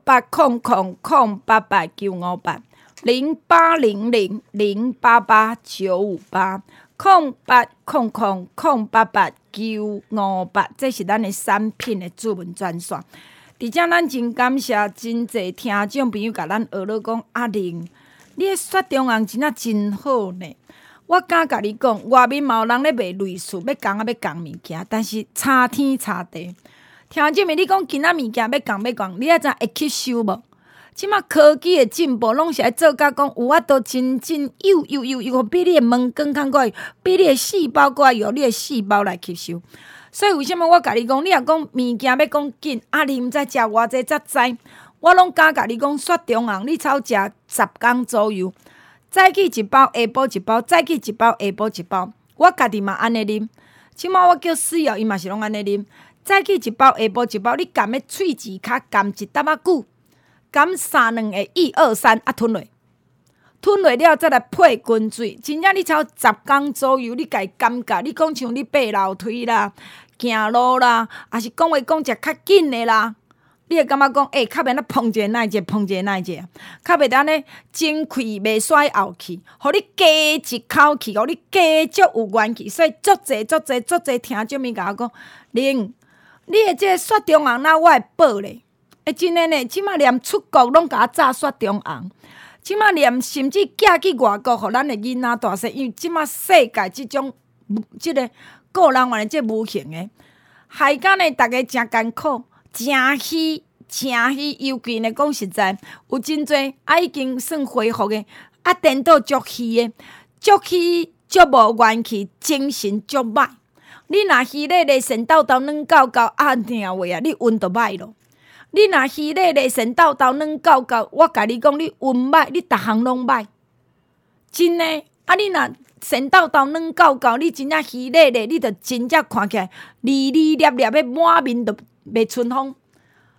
0800088958。0800088958，这是咱的产品的主文专线。而且咱真感谢真侪听众朋友甲咱学了讲阿玲，你的雪中红真好呢。我敢甲你讲，外面嘛有人咧卖类似，要讲物件，但是差天差地。听众们，你讲其他物件要讲，你爱知会吸收无？即马科技的进步，拢是来做甲讲有法度真有，比你的门更较快，比你的细胞还由你的细胞来吸收。所以为什么我甲你讲，你若讲物件要讲紧，你毋知食偌济才知，我拢敢甲你讲，雪中红你超食10天左右，早起一包，下晡一包，早起一包，下晡一包。我家己嘛安尼啉，即马我叫水哦，伊嘛是拢安尼啉，早起一包，下晡一包，你含的喙齿卡含一搭仔久。含3、2个1、2、3吞落了再来配滚水，真正你超10天左右，你家感觉，你讲像你爬楼梯啦、行路啦，还是讲话讲者较紧的啦，你会感觉讲，较免碰一个那一个，较袂当咧前气袂甩后气，互你加一口气，互你加足有元气，所以足侪听众们甲我讲，玲，你的这个雪中红那我会报咧。真诶呢，即马连出国拢甲我炸雪中红，即马连甚至寄去外国，互咱诶囡仔大细，因为即马世界即种个个人玩诶即无形诶，害甲呢逐个真艰苦，真虚，尤其呢讲实在，有真侪已经算恢复诶，颠倒足虚诶，足无元气，精神足歹。你若虚咧神叨叨软狗狗领话啊，你运就歹咯。你若虚咧神叨叨软狗狗，我甲你讲，你运歹，你逐项拢歹，真诶。你若神叨叨软狗狗，你真正虚咧，你着真正看起来哩哩咧咧，要满面都袂春风。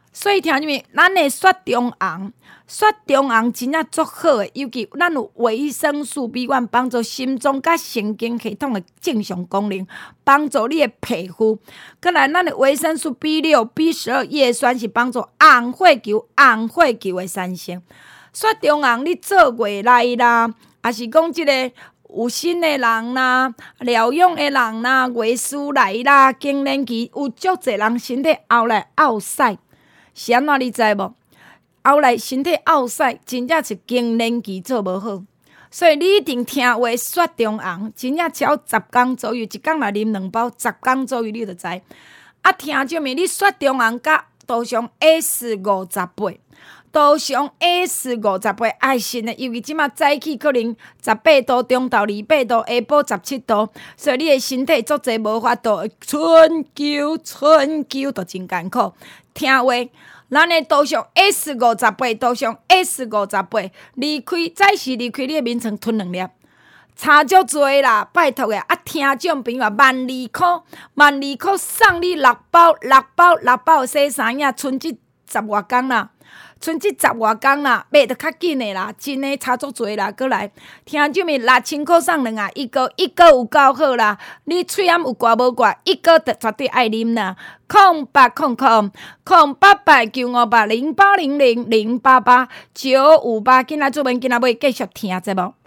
所以听入面，咱的雪中红，雪中红真正足好诶，尤其咱有维生素 B1，帮助心脏甲神经系统的正常功能，帮助你的皮肤。再来，咱的维生素 B6、B12、叶酸是帮助红血球的产生。雪中红你做月来啦，也是讲即个有心的人啦、疗养的人啦、月事来啦、更年期有足侪人身体后来凹屎。是安怎你知无？后来身体凹屎，真正是更年期做无好，所以你一定听话雪中红，真正只要10天左右，一工来啉2包，10天左右你就知。啊，听证明你雪中红甲涂上 S58，涂上 S58爱心的，尤其即马早起可能18度，中昼28度，下晡17度，所以你的身体足侪无法度，春秋就真艰苦。听话，咱的涂上 S58，涂上 S58，早时离开你的眠床吞2粒，差足多啦，拜托诶！啊，听众朋友，12,000块送你6包洗衫影，剩这10外天啦。买得较紧的啦，真的差足多啦。过来，听众们，6,000块送2个，一个有够好啦。你喙炎有刮无刮，一个绝对爱啉啦。0800-958-0800-088-958，今仔做文，今仔要继续听节目。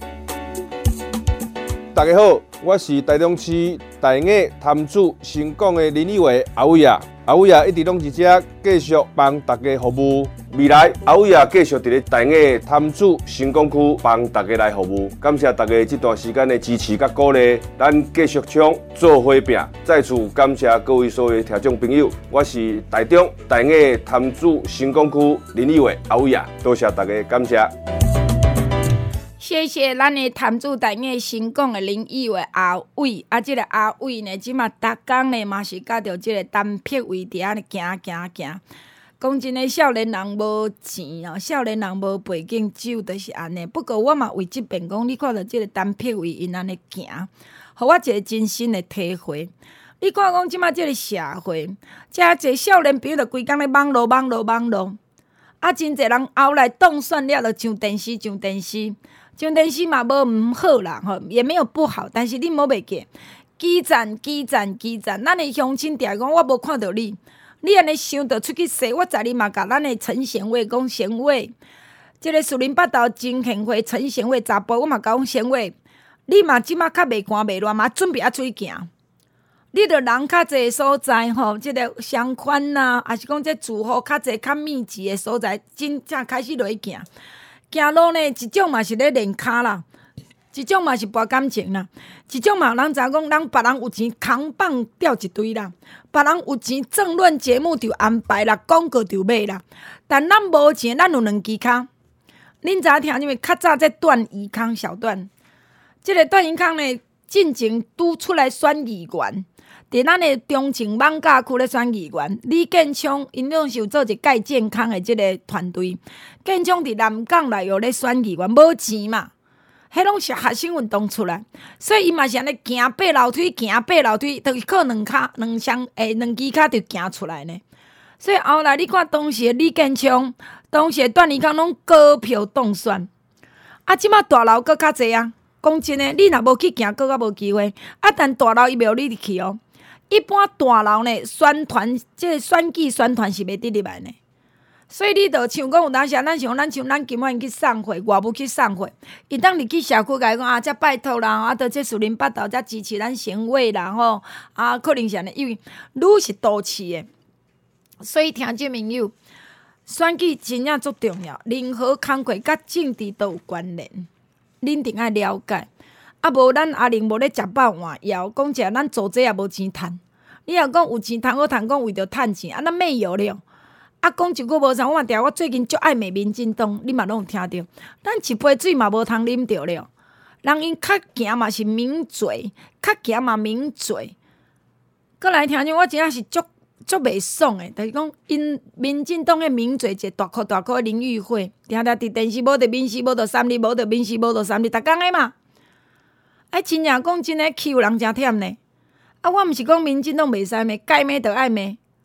大家好，我是台中市大雅潭子新港的林立伟阿伟啊。阿伟啊，一直拢是遮继续帮大家服务。未来阿伟啊，继续伫咧大雅潭子新港区帮大家来服务。感谢大家这段时间的支持甲鼓励，咱继续冲做伙拼。再次感谢各位所有听众朋友，我是台中大雅潭子新港区林立伟阿伟啊，多谢大家，感谢。 谢谢咱的潭子大雅新港的林义伟阿伟，这个阿伟呢，即马逐工呢嘛是甲着这个单匹位伫遐行。讲真诶，少年人无钱哦，少年人无背景，只有就是安尼。不过我嘛为即边讲，你看到即个单匹位因安尼行，互我一个真心的体会。你看讲即马即个社会，遮侪少年朋友着规工咧网络，啊，真侪人后来当选了，就上电视嘛无毋好啦，吼，也没有不好，但是你莫袂记，基站，咱的乡亲定讲我无看到你，你安尼想着出去说，我知你嘛甲咱的陈贤伟讲贤伟，即个树林北道真贤惠陈贤伟查甫，我嘛讲贤伟，你嘛即马较袂寒袂热嘛，准备出去行。你着人较济所在吼，即个商圈呐，还是讲这住户较济较密集的所在，真正开始落去行。行路呢，一种嘛是咧练骹啦，一种嘛是博感情啦，一种嘛人知讲人别人有钱扛棒吊一堆啦，别人有钱政论节目就安排啦，广告就买啦。但咱无钱，咱有2支骹。恁知影听因为较早这段宜康小段，即个段宜康呢，进前拄出来选议员。伫咱的中情艋舺区咧选议员，李建昌因拢是有做一介健康的即个团队。建昌伫南港内有咧选议员，无钱嘛，迄拢是学生运动出来，所以伊嘛是安尼行8楼梯，就是靠2支骹就行出来呢。所以后来你看当时的李建昌，当时的段宜康拢高票当选，啊，即马大楼搁较济啊。讲真诶，你若无去行，搁较无机会。啊，但大楼伊袂互你入去哦。一般大楼呢，宣传即个选举宣传是袂得入来呢，所以你着像讲有当时咱像咱今晚去送货，外务去送货，伊当入去社区甲伊讲啊，遮拜托啦，啊，着这树林北道遮支持咱贤伟啦吼，啊，可能是安尼，因为愈是都市诶，所以听众朋友，选举真正足重要，任何工课甲政治都有关联，恁定爱了解。啊，无咱阿玲无咧食饱换枵，讲起来咱做这也无钱趁。你若讲有钱通好趁，讲为着趁钱，啊，咱没有了。啊，讲一句无啥，我最近足爱骂民进党，你嘛拢有听着。咱一杯水嘛无通啉着了。人因较行嘛是名嘴，较行嘛名嘴。过来听听，我真正是足袂爽诶，就是讲因民进党诶名嘴一个大块林育会，定伫电视无着民视无着三立无着民视无着三立，逐工诶嘛。真正讲真诶，欺负人真忝呢。啊，我毋是讲民进党袂使骂，该骂着爱骂。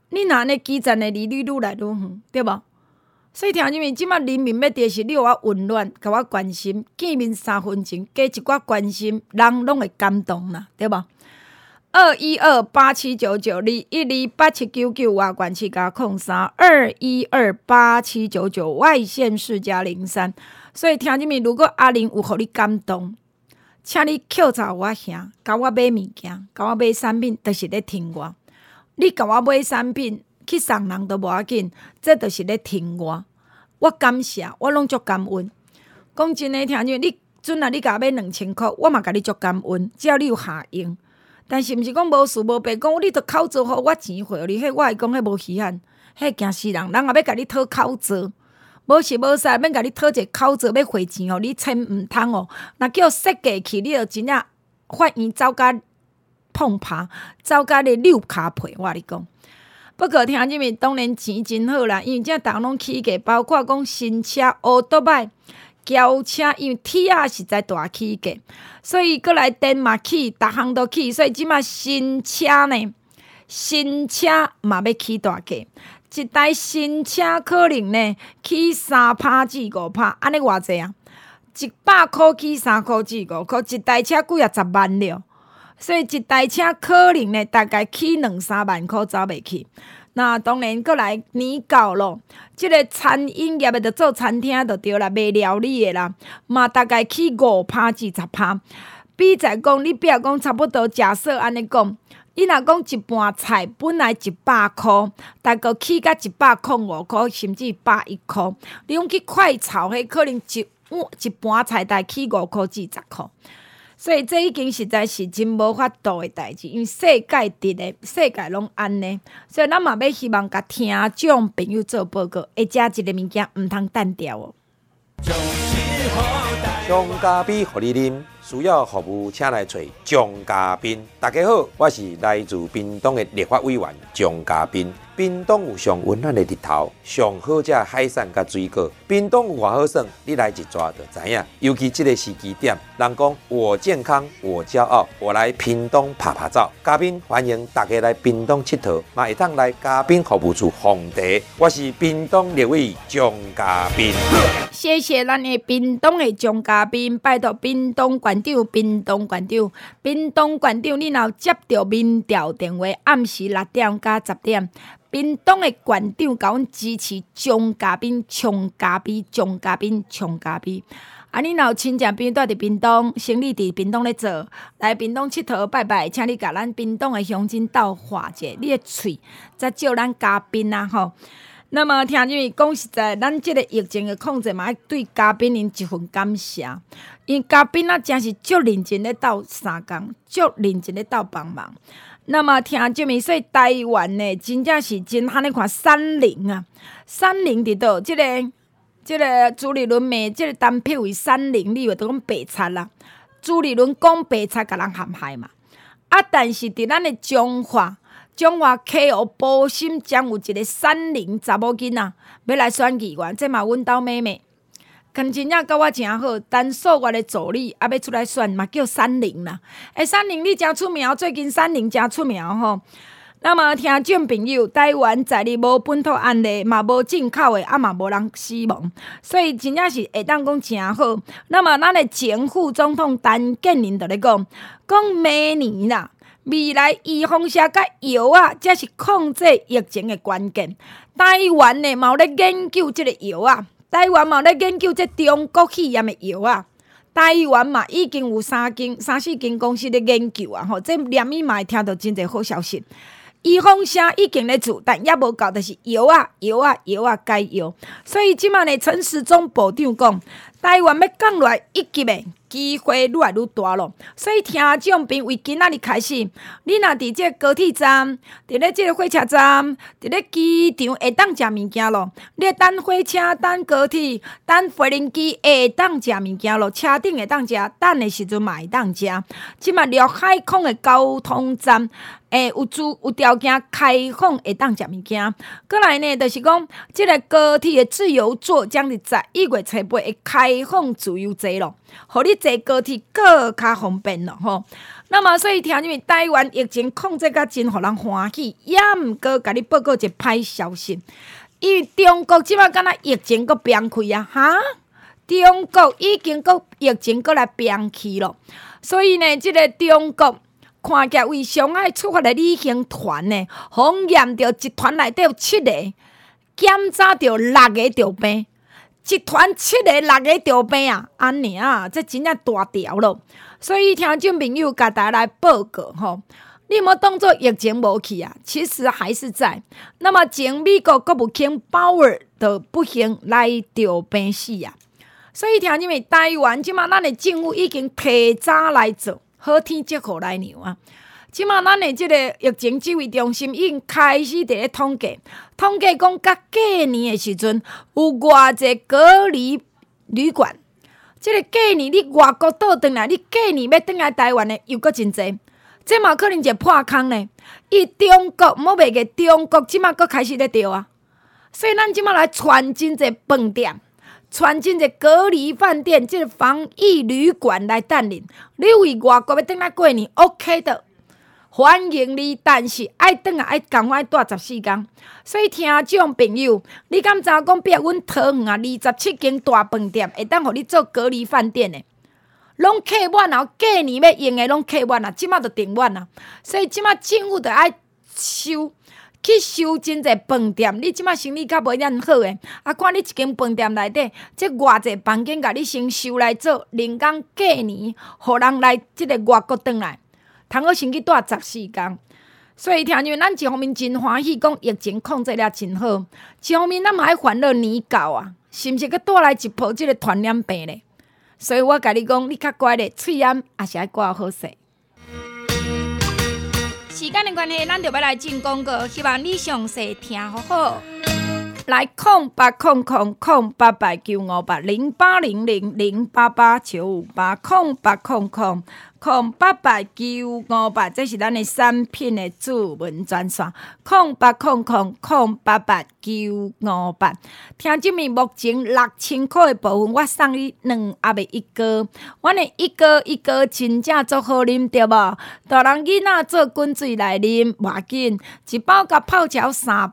你若安尼基站的离率愈来愈远，对无？所以听入面，即摆人民要的是你互我温暖，甲我关心，见面3分钟，加一寡关心，人拢会感动啦，对无？212879921128799外管气加0321287799外县市加03。所以听入面，如果阿玲有互你感动，请你扣查我兄，甲我买物件，甲我买产品，就是咧听我。你甲我买产品去送人都无要紧，这就是咧听我。我感谢，我拢足感恩。讲真诶，听见你阵啊，你甲我买2000块，我嘛甲你足感恩，只要你有下用。但是毋是讲无事无白讲，你著口做好，我钱回你，迄我会讲迄无稀罕，迄惊死人，人也要甲你讨口做。无是无使，免甲你讨一个口做，要汇钱哦，你千毋通哦。若叫设计去，你著真正法院走甲碰拍，走甲咧溜骹皮，我你讲。不过听入面当然钱真好啦，因为遮逐项拢起价，包括讲新车、乌多摆、轿车，因为铁仔实在大起价，所以过来电嘛起，逐项都起，所以即马新车呢，新车嘛要起大价。一台新车可能呢起3%至5%，安尼偌济啊？100块起3块至5块，一台车几啊10万了。所以一台车可能呢，大概起2-3万块走袂去。那当然，过来年到咯，即个餐饮业的着做餐厅就对啦，卖料理的啦，嘛大概起5%至10%。比在讲，你比如讲差不多假设安尼讲，你若讲一盘菜本来100块，大概起到105块，甚至110块。你讲去快炒，迄可能一盘菜大起5块至10块。所以这已经实在是真无法度的代志，因为世界直的，世界拢安尼，所以咱嘛要希望甲听众朋友做报告，会食一个物件毋通单调哦。 张嘉宾互你啉，需要服务请来找张嘉宾。大家好，我是来自屏东的立法委员张嘉宾。屏东有上温暖的日头，上好食海产甲水果。屏东有偌好耍，你来一抓就知影。尤其这个时机点，人讲我健康我骄傲，我来屏东拍拍照。嘉宾欢迎大家来屏东佚佗，嘛会当来嘉宾服务处奉茶。我是屏东立委张嘉宾。 谢谢咱的屏东的张嘉宾，拜托屏东县长，屏东县长，屏东县长，你若接到民调电话，暗时6点到10点。屏东的县长甲阮支持张嘉宾，冲嘉宾，张嘉宾，冲嘉宾。啊，你若有亲戚朋友住伫屏东，生意伫屏东咧做，来屏东佚佗拜拜，请你甲咱屏东的乡亲斗画者，你的喙才招咱嘉宾啊吼。那么听入面讲实在，咱即个疫情的控制嘛，要对嘉宾因一份感谢，因为嘉宾啊真是足认真咧斗相共，足认真咧斗帮忙。那么听入面，所以台湾呢，真正是真罕咧看30啊，30伫倒，即个朱立伦骂即个单票为30，你以为都讲白贼啦？朱立伦讲白贼，甲人陷害嘛。啊，但是伫咱的中华溪湖埔心将有一个30查某囡仔要来选议员，这嘛阮兜妹妹，跟真正甲我诚好，单数我的助理也要出来选，嘛叫30啦。30你诚出名，最近30诚出名吼。那么听众朋友，台湾在哩无本土案例，嘛无进口的，啊嘛无人死亡，所以真正是会当讲诚好。那么咱的前副总统陈建仁就咧讲明年啦。未来预防车甲药啊，才是控制疫情的关键。台湾呢，嘛有咧研究即个药啊，台湾嘛有咧研究即中国肺炎的药啊。台湾嘛已经有3-4间公司咧研究啊，吼，这连伊嘛会听到真侪好消息。预防车已经咧做，但也无够，就是药啊，改药。所以即马呢，陈时中部长讲，台湾要降落来一级的机会愈来愈大咯。所以听众朋友，为今仔日开始，你若伫即个高铁站，伫咧即个火车站，伫咧机场会当食物件咯。你等火车、等高铁、等飞轮机会当食物件咯，车顶会当食，等的时阵嘛会当食。即马陆海空的交通站。有条件开放会当食物件，过来呢，就是讲即个高铁的自由座将伫11月初8会开开放自由坐咯，互你坐高铁更较方便咯吼。那么所以听你们台湾疫情控制甲真互人欢喜，也毋过甲你报告一个歹消息，因为中国即摆敢若疫情搁变开啊哈！中国已经搁疫情搁来变起咯，所以呢，即个中国看起来为上海出发的旅行团呢，检验着一团内底有7个，检查着6个着病，一团7个6个着病啊！安尼啊，这真正大条咯。所以听众朋友甲大家来报告吼，你莫当作疫情无去啊，其实还是在。那么前美国国务卿鲍尔就不幸来着病死啊。所以听众们，台湾即马咱的政府已经提早来做，好天接好来牛啊！即马咱的即个疫情指挥中心已经开始伫咧统计讲，甲过年的时阵有偌济隔离旅馆。即个过年你外国倒转来，你过年要转来台湾的又搁真济，这嘛可能一个破空呢。伊中国莫袂个，中国即马搁开始咧着啊，所以咱即马来传真济饭店，传真济隔离饭店，即个防疫旅馆来等恁。你为外国要转来过年 ，OK 的。欢迎你，但是爱转啊，爱共我住14天。所以听众朋友，你敢知讲，比如阮桃园啊，27间大饭店会当互你做隔离饭店的，拢客满啊，过年要用的拢客满啊，即马就订满啊。所以即马政府就爱去收真济饭店，你即马生意较无遐好诶，啊，看你一间饭店内底，即偌济房间，甲你先收来做，人工过年，互人来即个外国转来。通好先去住14天，所以听见咱一方面真欢喜，讲疫情控制了真好；一方面咱嘛爱烦恼年到啊，是毋是佮带来一波即个传染病咧？所以我甲你讲，你较乖咧，喙炎也是爱挂好势。时间的关系，咱就要来进广告，希望你详细听好好。来0800-0889580888-9580800-088958，这是咱的产品的主文专线0800-088958。听这面目前6000块的部分，我送你2盒的一哥，阮的一哥真正足好啉对无？大人囡仔做滚水来啉，无要紧，一包甲泡超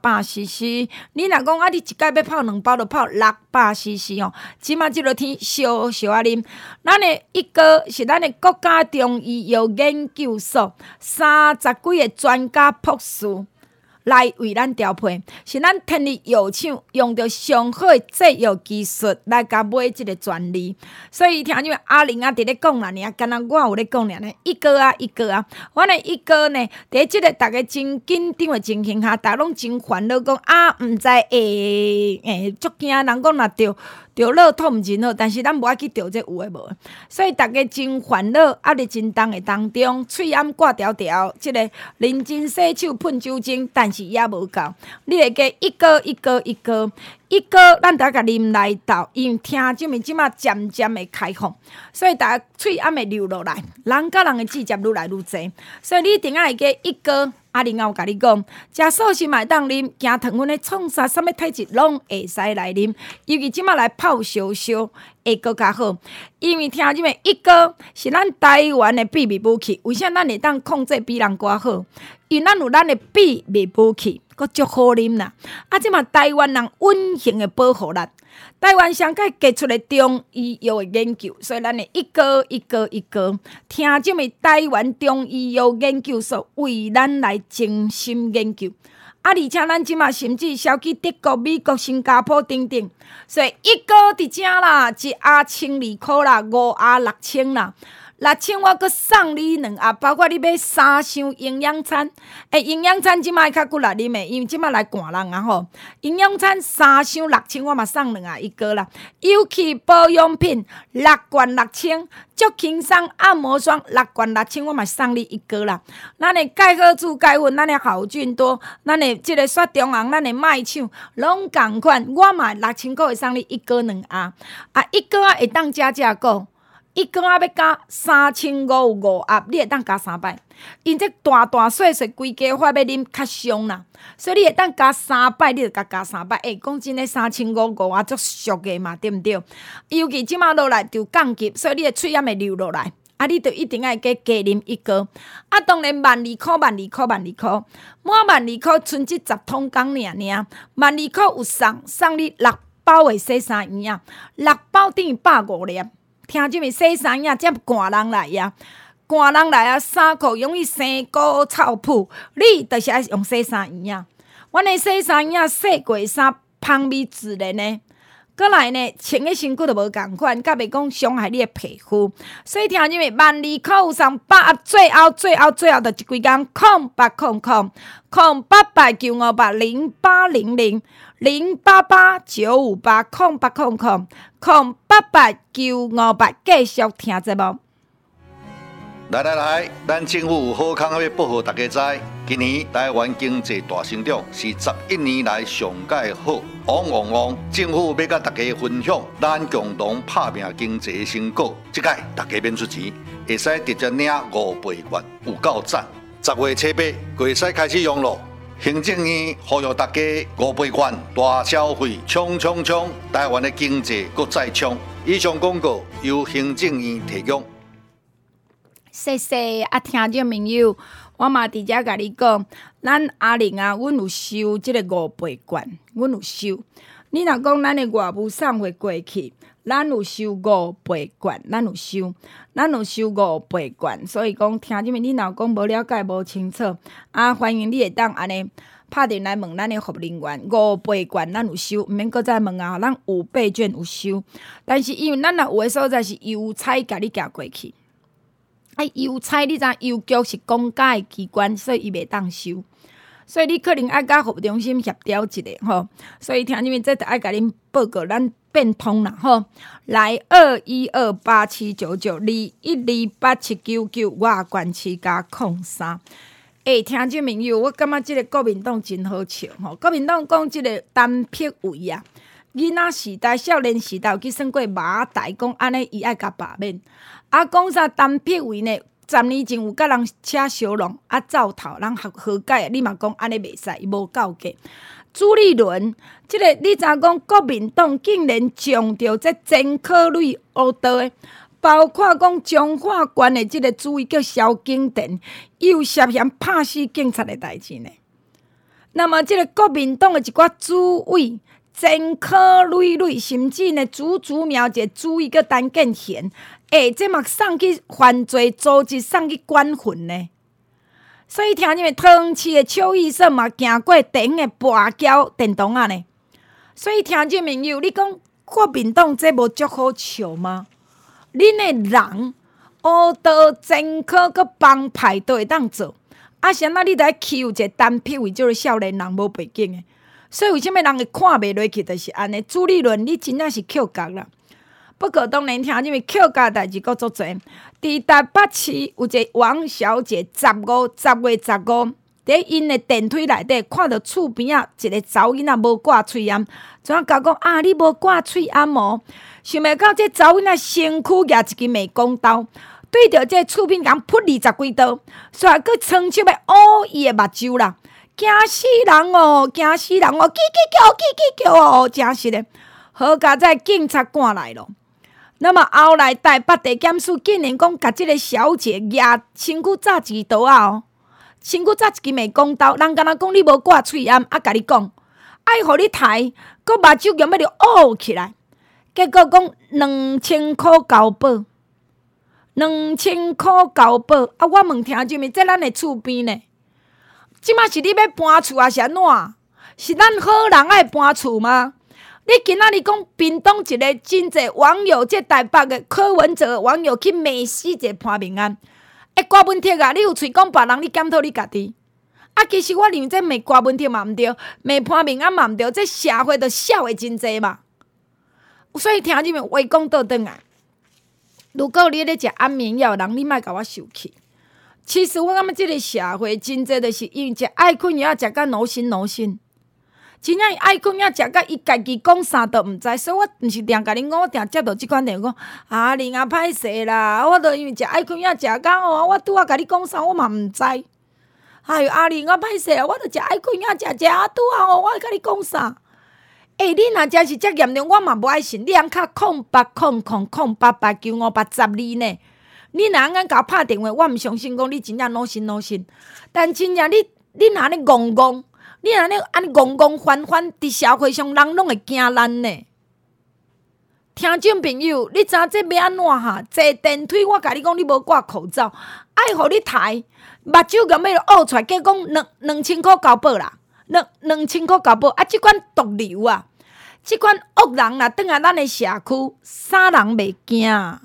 300cc， 你若讲你一摆要泡2包，就泡600cc 哦。即马即落天烧烧啊啉，咱的一哥是咱的国家中医药研究所30几个专家博士来为咱调配，是咱天力药厂用着上好的制药技术来甲买即个专利。所以听见阿玲啊伫咧讲啦，敢若我有咧讲呢，一个啊，阮的一个呢，伫即个大家真紧张的情形下，大家拢真烦恼，讲毋知足惊人讲若着乐透毋真好，但是咱无爱去着这有诶无，所以大家真烦恼，压力真重诶当中，喙炎挂条条，即个认真洗手喷酒精，但是也无够，你会加一个，咱大家啉来倒，因为听即面即马渐渐会开放，所以大家喙炎会流落来，人甲人诶指甲愈来愈侪，所以你一定要会加一个。啊，另外有甲你讲，食素食嘛会当啉，加糖分的创啥物体质拢会使来啉，尤其即马来泡烧烧会更较好。因为听即个一个是咱台湾的秘密武器，为啥咱会当控制比人寡好？因为咱有咱的秘密武器，佫足好啉啦。啊，即马台湾人稳定的保护力。台湾上届结出的中医药的研究，所以咱的一个，听这么台湾中医药研究所为咱来精心研究，而且咱即马甚至销去德国、美国、新加坡等等，所以一个伫遮啦，一盒1200块啦，5盒6000啦。6000我阁送你2盒，包括你买3箱营养餐。营养餐即摆较骨力啉的，因为即摆来寒人啊吼。营养餐3箱6000，我嘛送2盒一个啦。尤其保养品6罐6000，足轻松按摩霜6罐6000，我嘛送你一个啦。咱的钙好珠钙粉，咱的好菌多，咱的即个雪中红，咱的麦抢，拢共款。我嘛6000块会送你一个2盒，啊一个会当加价购。 一个要加3555盒，你会当加3摆。因这大大细细规家伙要啉较伤啦，所以你会当加3摆，你就加3摆。讲真诶，3555啊，足俗诶嘛，对毋对？尤其即马落来就降级，所以你诶喙炎会流落来。你就一定要加啉1个。当然12箍，满12箍，剩这10桶工尔。12箍有送你6包的洗衫液啊，6包等于150粒。听即面洗衫液，这赶人来啊，3箍容易生菇臭噗，你就是爱用洗衫液啊。阮的洗衫液洗过衫，香味自然呢。过来呢，穿的身躯就无共款，甲袂讲伤害你的皮肤。所以听入面12箍有送8，最后就一几工080095800800 08895800800，08009580，继续听节目。 来，咱政府有好康要报互大家知。今年台湾经济大成长是11年来上界好，旺！政府要甲大家分享，咱共同打拼经济的成果。即届大家免出钱，会使直接领5倍券，有够赞！10月7日就会使开始用咯。行政院呼吁大家5倍券大消费，冲！台湾的经济搁再冲。以上广告由行政院提供。 谢谢听众朋友，我嘛伫遮甲你讲，咱阿玲啊，阮有收即个5倍券，阮有收。你若讲咱的外务送会过去，咱有收5倍券，咱有收5倍券。所以讲，听众们，你若讲无了解、无清楚，欢迎你会当安尼拍电来问咱的服务人员，5倍券咱有收，毋免搁再问啊，咱5倍券有收。但是因为咱若有诶所在是邮差甲你寄过去。邮差你知邮局是公家的机关，所以伊袂当收，所以你可能爱甲服务中心协调一下吼。所以听你们这就爱甲恁报告，咱变通啦吼。来21287992128799，我管期加03。听众朋友，我感觉即个国民党真好笑吼。国民党讲即个单匹位啊，囡仔时代、少年时代有去算过马代，讲安尼伊爱甲罢免。讲啥单匹位呢？10年前有甲人车相弄，走头人和解，你嘛讲安尼袂使，伊无够格。朱立伦，即个你知讲国民党竟然将着这真可类乌道的，包括讲彰化县的即个主委叫萧景田，伊有涉嫌拍死警察的代志呢。那么即个国民党的一寡主委。前科累累，甚至呢，竹苗一个主委叫陈建贤，这嘛送去犯罪组织，送去管训呢。所以听你们桃园市的邱医生嘛，行过顶的跋筊电动啊呢。所以听众朋友，你讲国民党这无足好笑吗？恁的人乌道前科佮帮派都会当做，谁那你得欺负一个单匹为就是少年人无背景的。所以为什么人会看袂落去，就是安尼。朱立伦，你真正是扣角啦。不过当然听因为扣角代志阁足侪。伫台北市有一个王小姐10月15，伫因的电梯内底看到厝边啊一个查某囡仔无挂喙罨，怎啊讲你无挂喙罨哦？想袂到这查某囡仔身躯举一支美工刀，对着这厝边人扑20几刀，煞佫穿手要捂伊的目睭啦。惊死人哦！叽叫哦！真是的，好佳在警察赶来咯。那么后来台北地检署竟然讲，甲即个小姐举身躯扎一刀啊！哦，身躯扎一支美工刀，人敢若讲你无挂喙罨，甲你讲，爱互你抬，佮目睭用要着捂起来。结果讲2000块交保，2000块交保。我问听众们，在咱的厝边呢？即马是你要搬厝还是安怎？是咱好人爱搬厝吗？你今仔日讲屏东一个真济网友，即台北的柯文哲网友去骂死一个潘明安。郭文铁啊，你有喙讲别人，你检讨你家己。其实我认为这骂郭文铁嘛毋对，骂潘明安嘛毋对，这社会都笑的真济嘛。所以听你们话讲倒转来，如果你咧食安眠药，人你莫甲我受气。其实我感觉即个社会真济就是因为食爱困药食甲脑神， 真正爱困也食甲伊家己讲啥都毋知，所以我毋是定甲恁讲，我定接到即款电话讲，阿玲啊歹势啦，我都因为食爱困也食甲哦，我拄仔甲你讲啥我嘛毋知。哎哟，阿玲啊歹势啦，我都食爱困也食拄仔哦，我甲你讲啥？你若真是遮严重，我嘛无爱信。你通敲080008889582呢？你若安甲我拍电话，我毋相信讲你真正努心。但真正你若安尼戆戆，你若安尼戆翻，伫社会上人拢会惊咱呢。听众朋友，你知影这要安怎哈？坐电梯，我甲你讲，你无挂口罩，爱互你抬，目睭咁要挖出来，计讲2000块交保啦，2000块交保。啊，即款毒瘤啊，即款恶人啦，转来咱的社区，啥人袂惊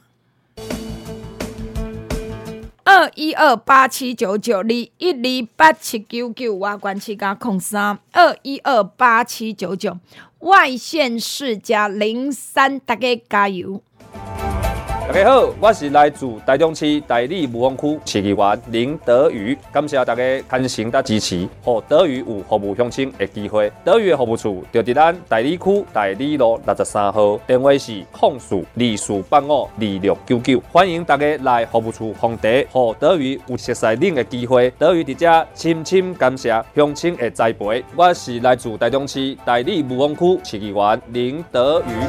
？21287992128799外关市加0321287999外县市加03，大家加油！ 大家好，我是来自台中市大里武丰区市议员林德瑜，感谢大家关心甲支持，让德瑜有服务乡亲的机会。德瑜的服务处就伫咱大里区大里路63号，电话是0484852699，欢迎大家来服务处访茶，让德瑜有熟悉恁的机会。德瑜伫遮深深感谢乡亲的栽培。我是来自台中市大里武丰区市议员林德瑜。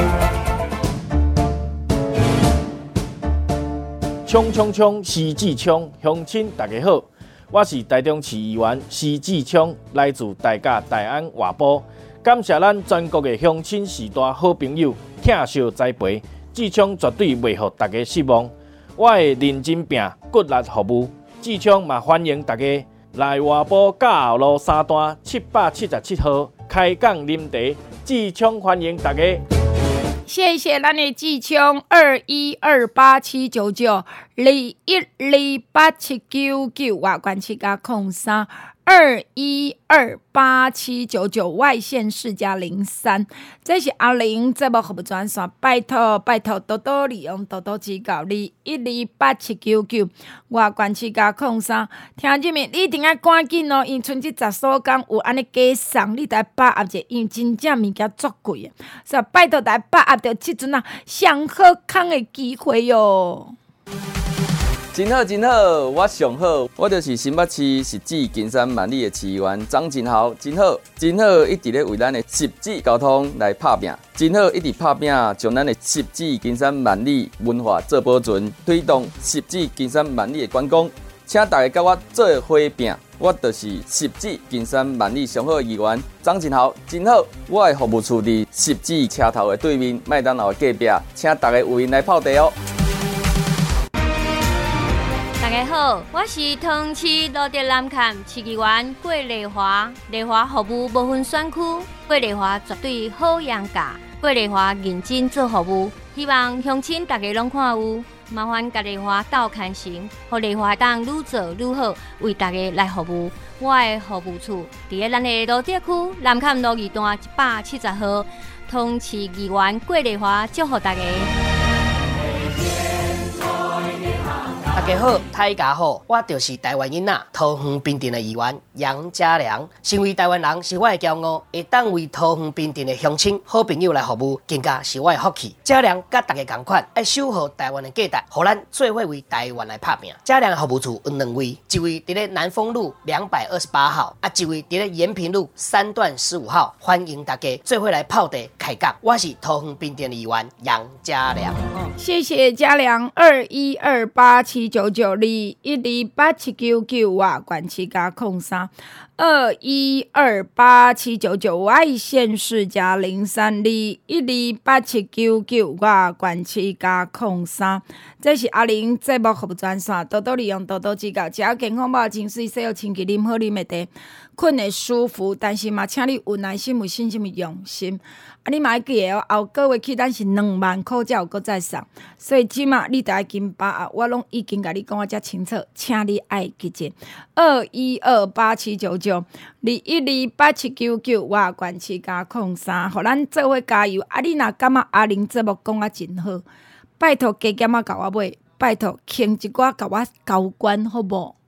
冲冲冲！徐志昌，乡亲大家好，我是台中市议员徐志昌，来自大甲大安外埔，感谢咱全国的乡亲时代好朋友疼惜栽培，志昌绝对袂互大家失望。我会认真拼，骨力服务。志昌嘛欢迎大家来外埔嘉后路3段777号开讲啉茶，志昌欢迎大家。 谢谢咱的志昌，21287992128799外关市加0321287999外县市加03，这是阿玲节目服务专线，拜托多多利用，多多指教。21287999外关市加03，听见没？你一定要赶紧哦，因剩这10数天有安尼加送，你得把握者，因为真正物件足贵的，所以拜托来把握着这阵啊上好康的机会哟。 真好，我上好，我就是新北市实质金山万里的市议员张真豪，真好，一直咧为咱的实质交通来拍拼，真好，一直拍拼，将咱的实质金山万里文化做保存，推动实质金山万里的观光，请大家跟我做伙拼。我就是实质金山万里上好的议员张真豪，真好，我的服务处伫实质车头的对面，麦当劳的隔壁，请大家有闲来泡茶哦。 大家好，我是通市罗德南崁市议员郭丽华，丽华服务无分选区，郭丽华绝对好养价，郭丽华认真做服务，希望乡亲大家拢看有。麻烦甲丽华斗牵成，互丽华当愈做愈好，为大家来服务。我的服务处伫咧咱的罗德区南崁路2段170号，通市议员郭丽华祝福大家。 大家好，大家好，我就是台湾囡仔桃园滨镇的议员杨家良。身为台湾人是我的骄傲，会当为桃园滨镇的乡亲、好朋友来服务，更加是我的福气。家良甲大家同款，爱守护台湾的价值，互咱做伙为台湾来拍拼。家良的服务处有2位，一位伫咧南丰路228号，一位伫咧延平路3段15号。欢迎大家做伙来泡茶开讲。我是桃园滨镇的议员杨家良。 谢谢家良，21287992128799外关市加03，21287999外县市加03，21287999外关市加03。这是阿玲节目服务专线，多多利用，多多指教，只要健康饱情水，洗好清气，啉好啉的茶，困会舒服。但是嘛，请你有耐心、有信心、有用心。你嘛要记得哦，后个月起咱是2万块才有搁再送，所以即马你得爱紧把握，我拢已经甲你讲啊遮清楚，请你爱记者21287992128799外关市加03，互咱做伙加油。你若感觉阿玲节目讲啊真好，拜托加减啊甲我买，拜托轻一寡甲我交关好无？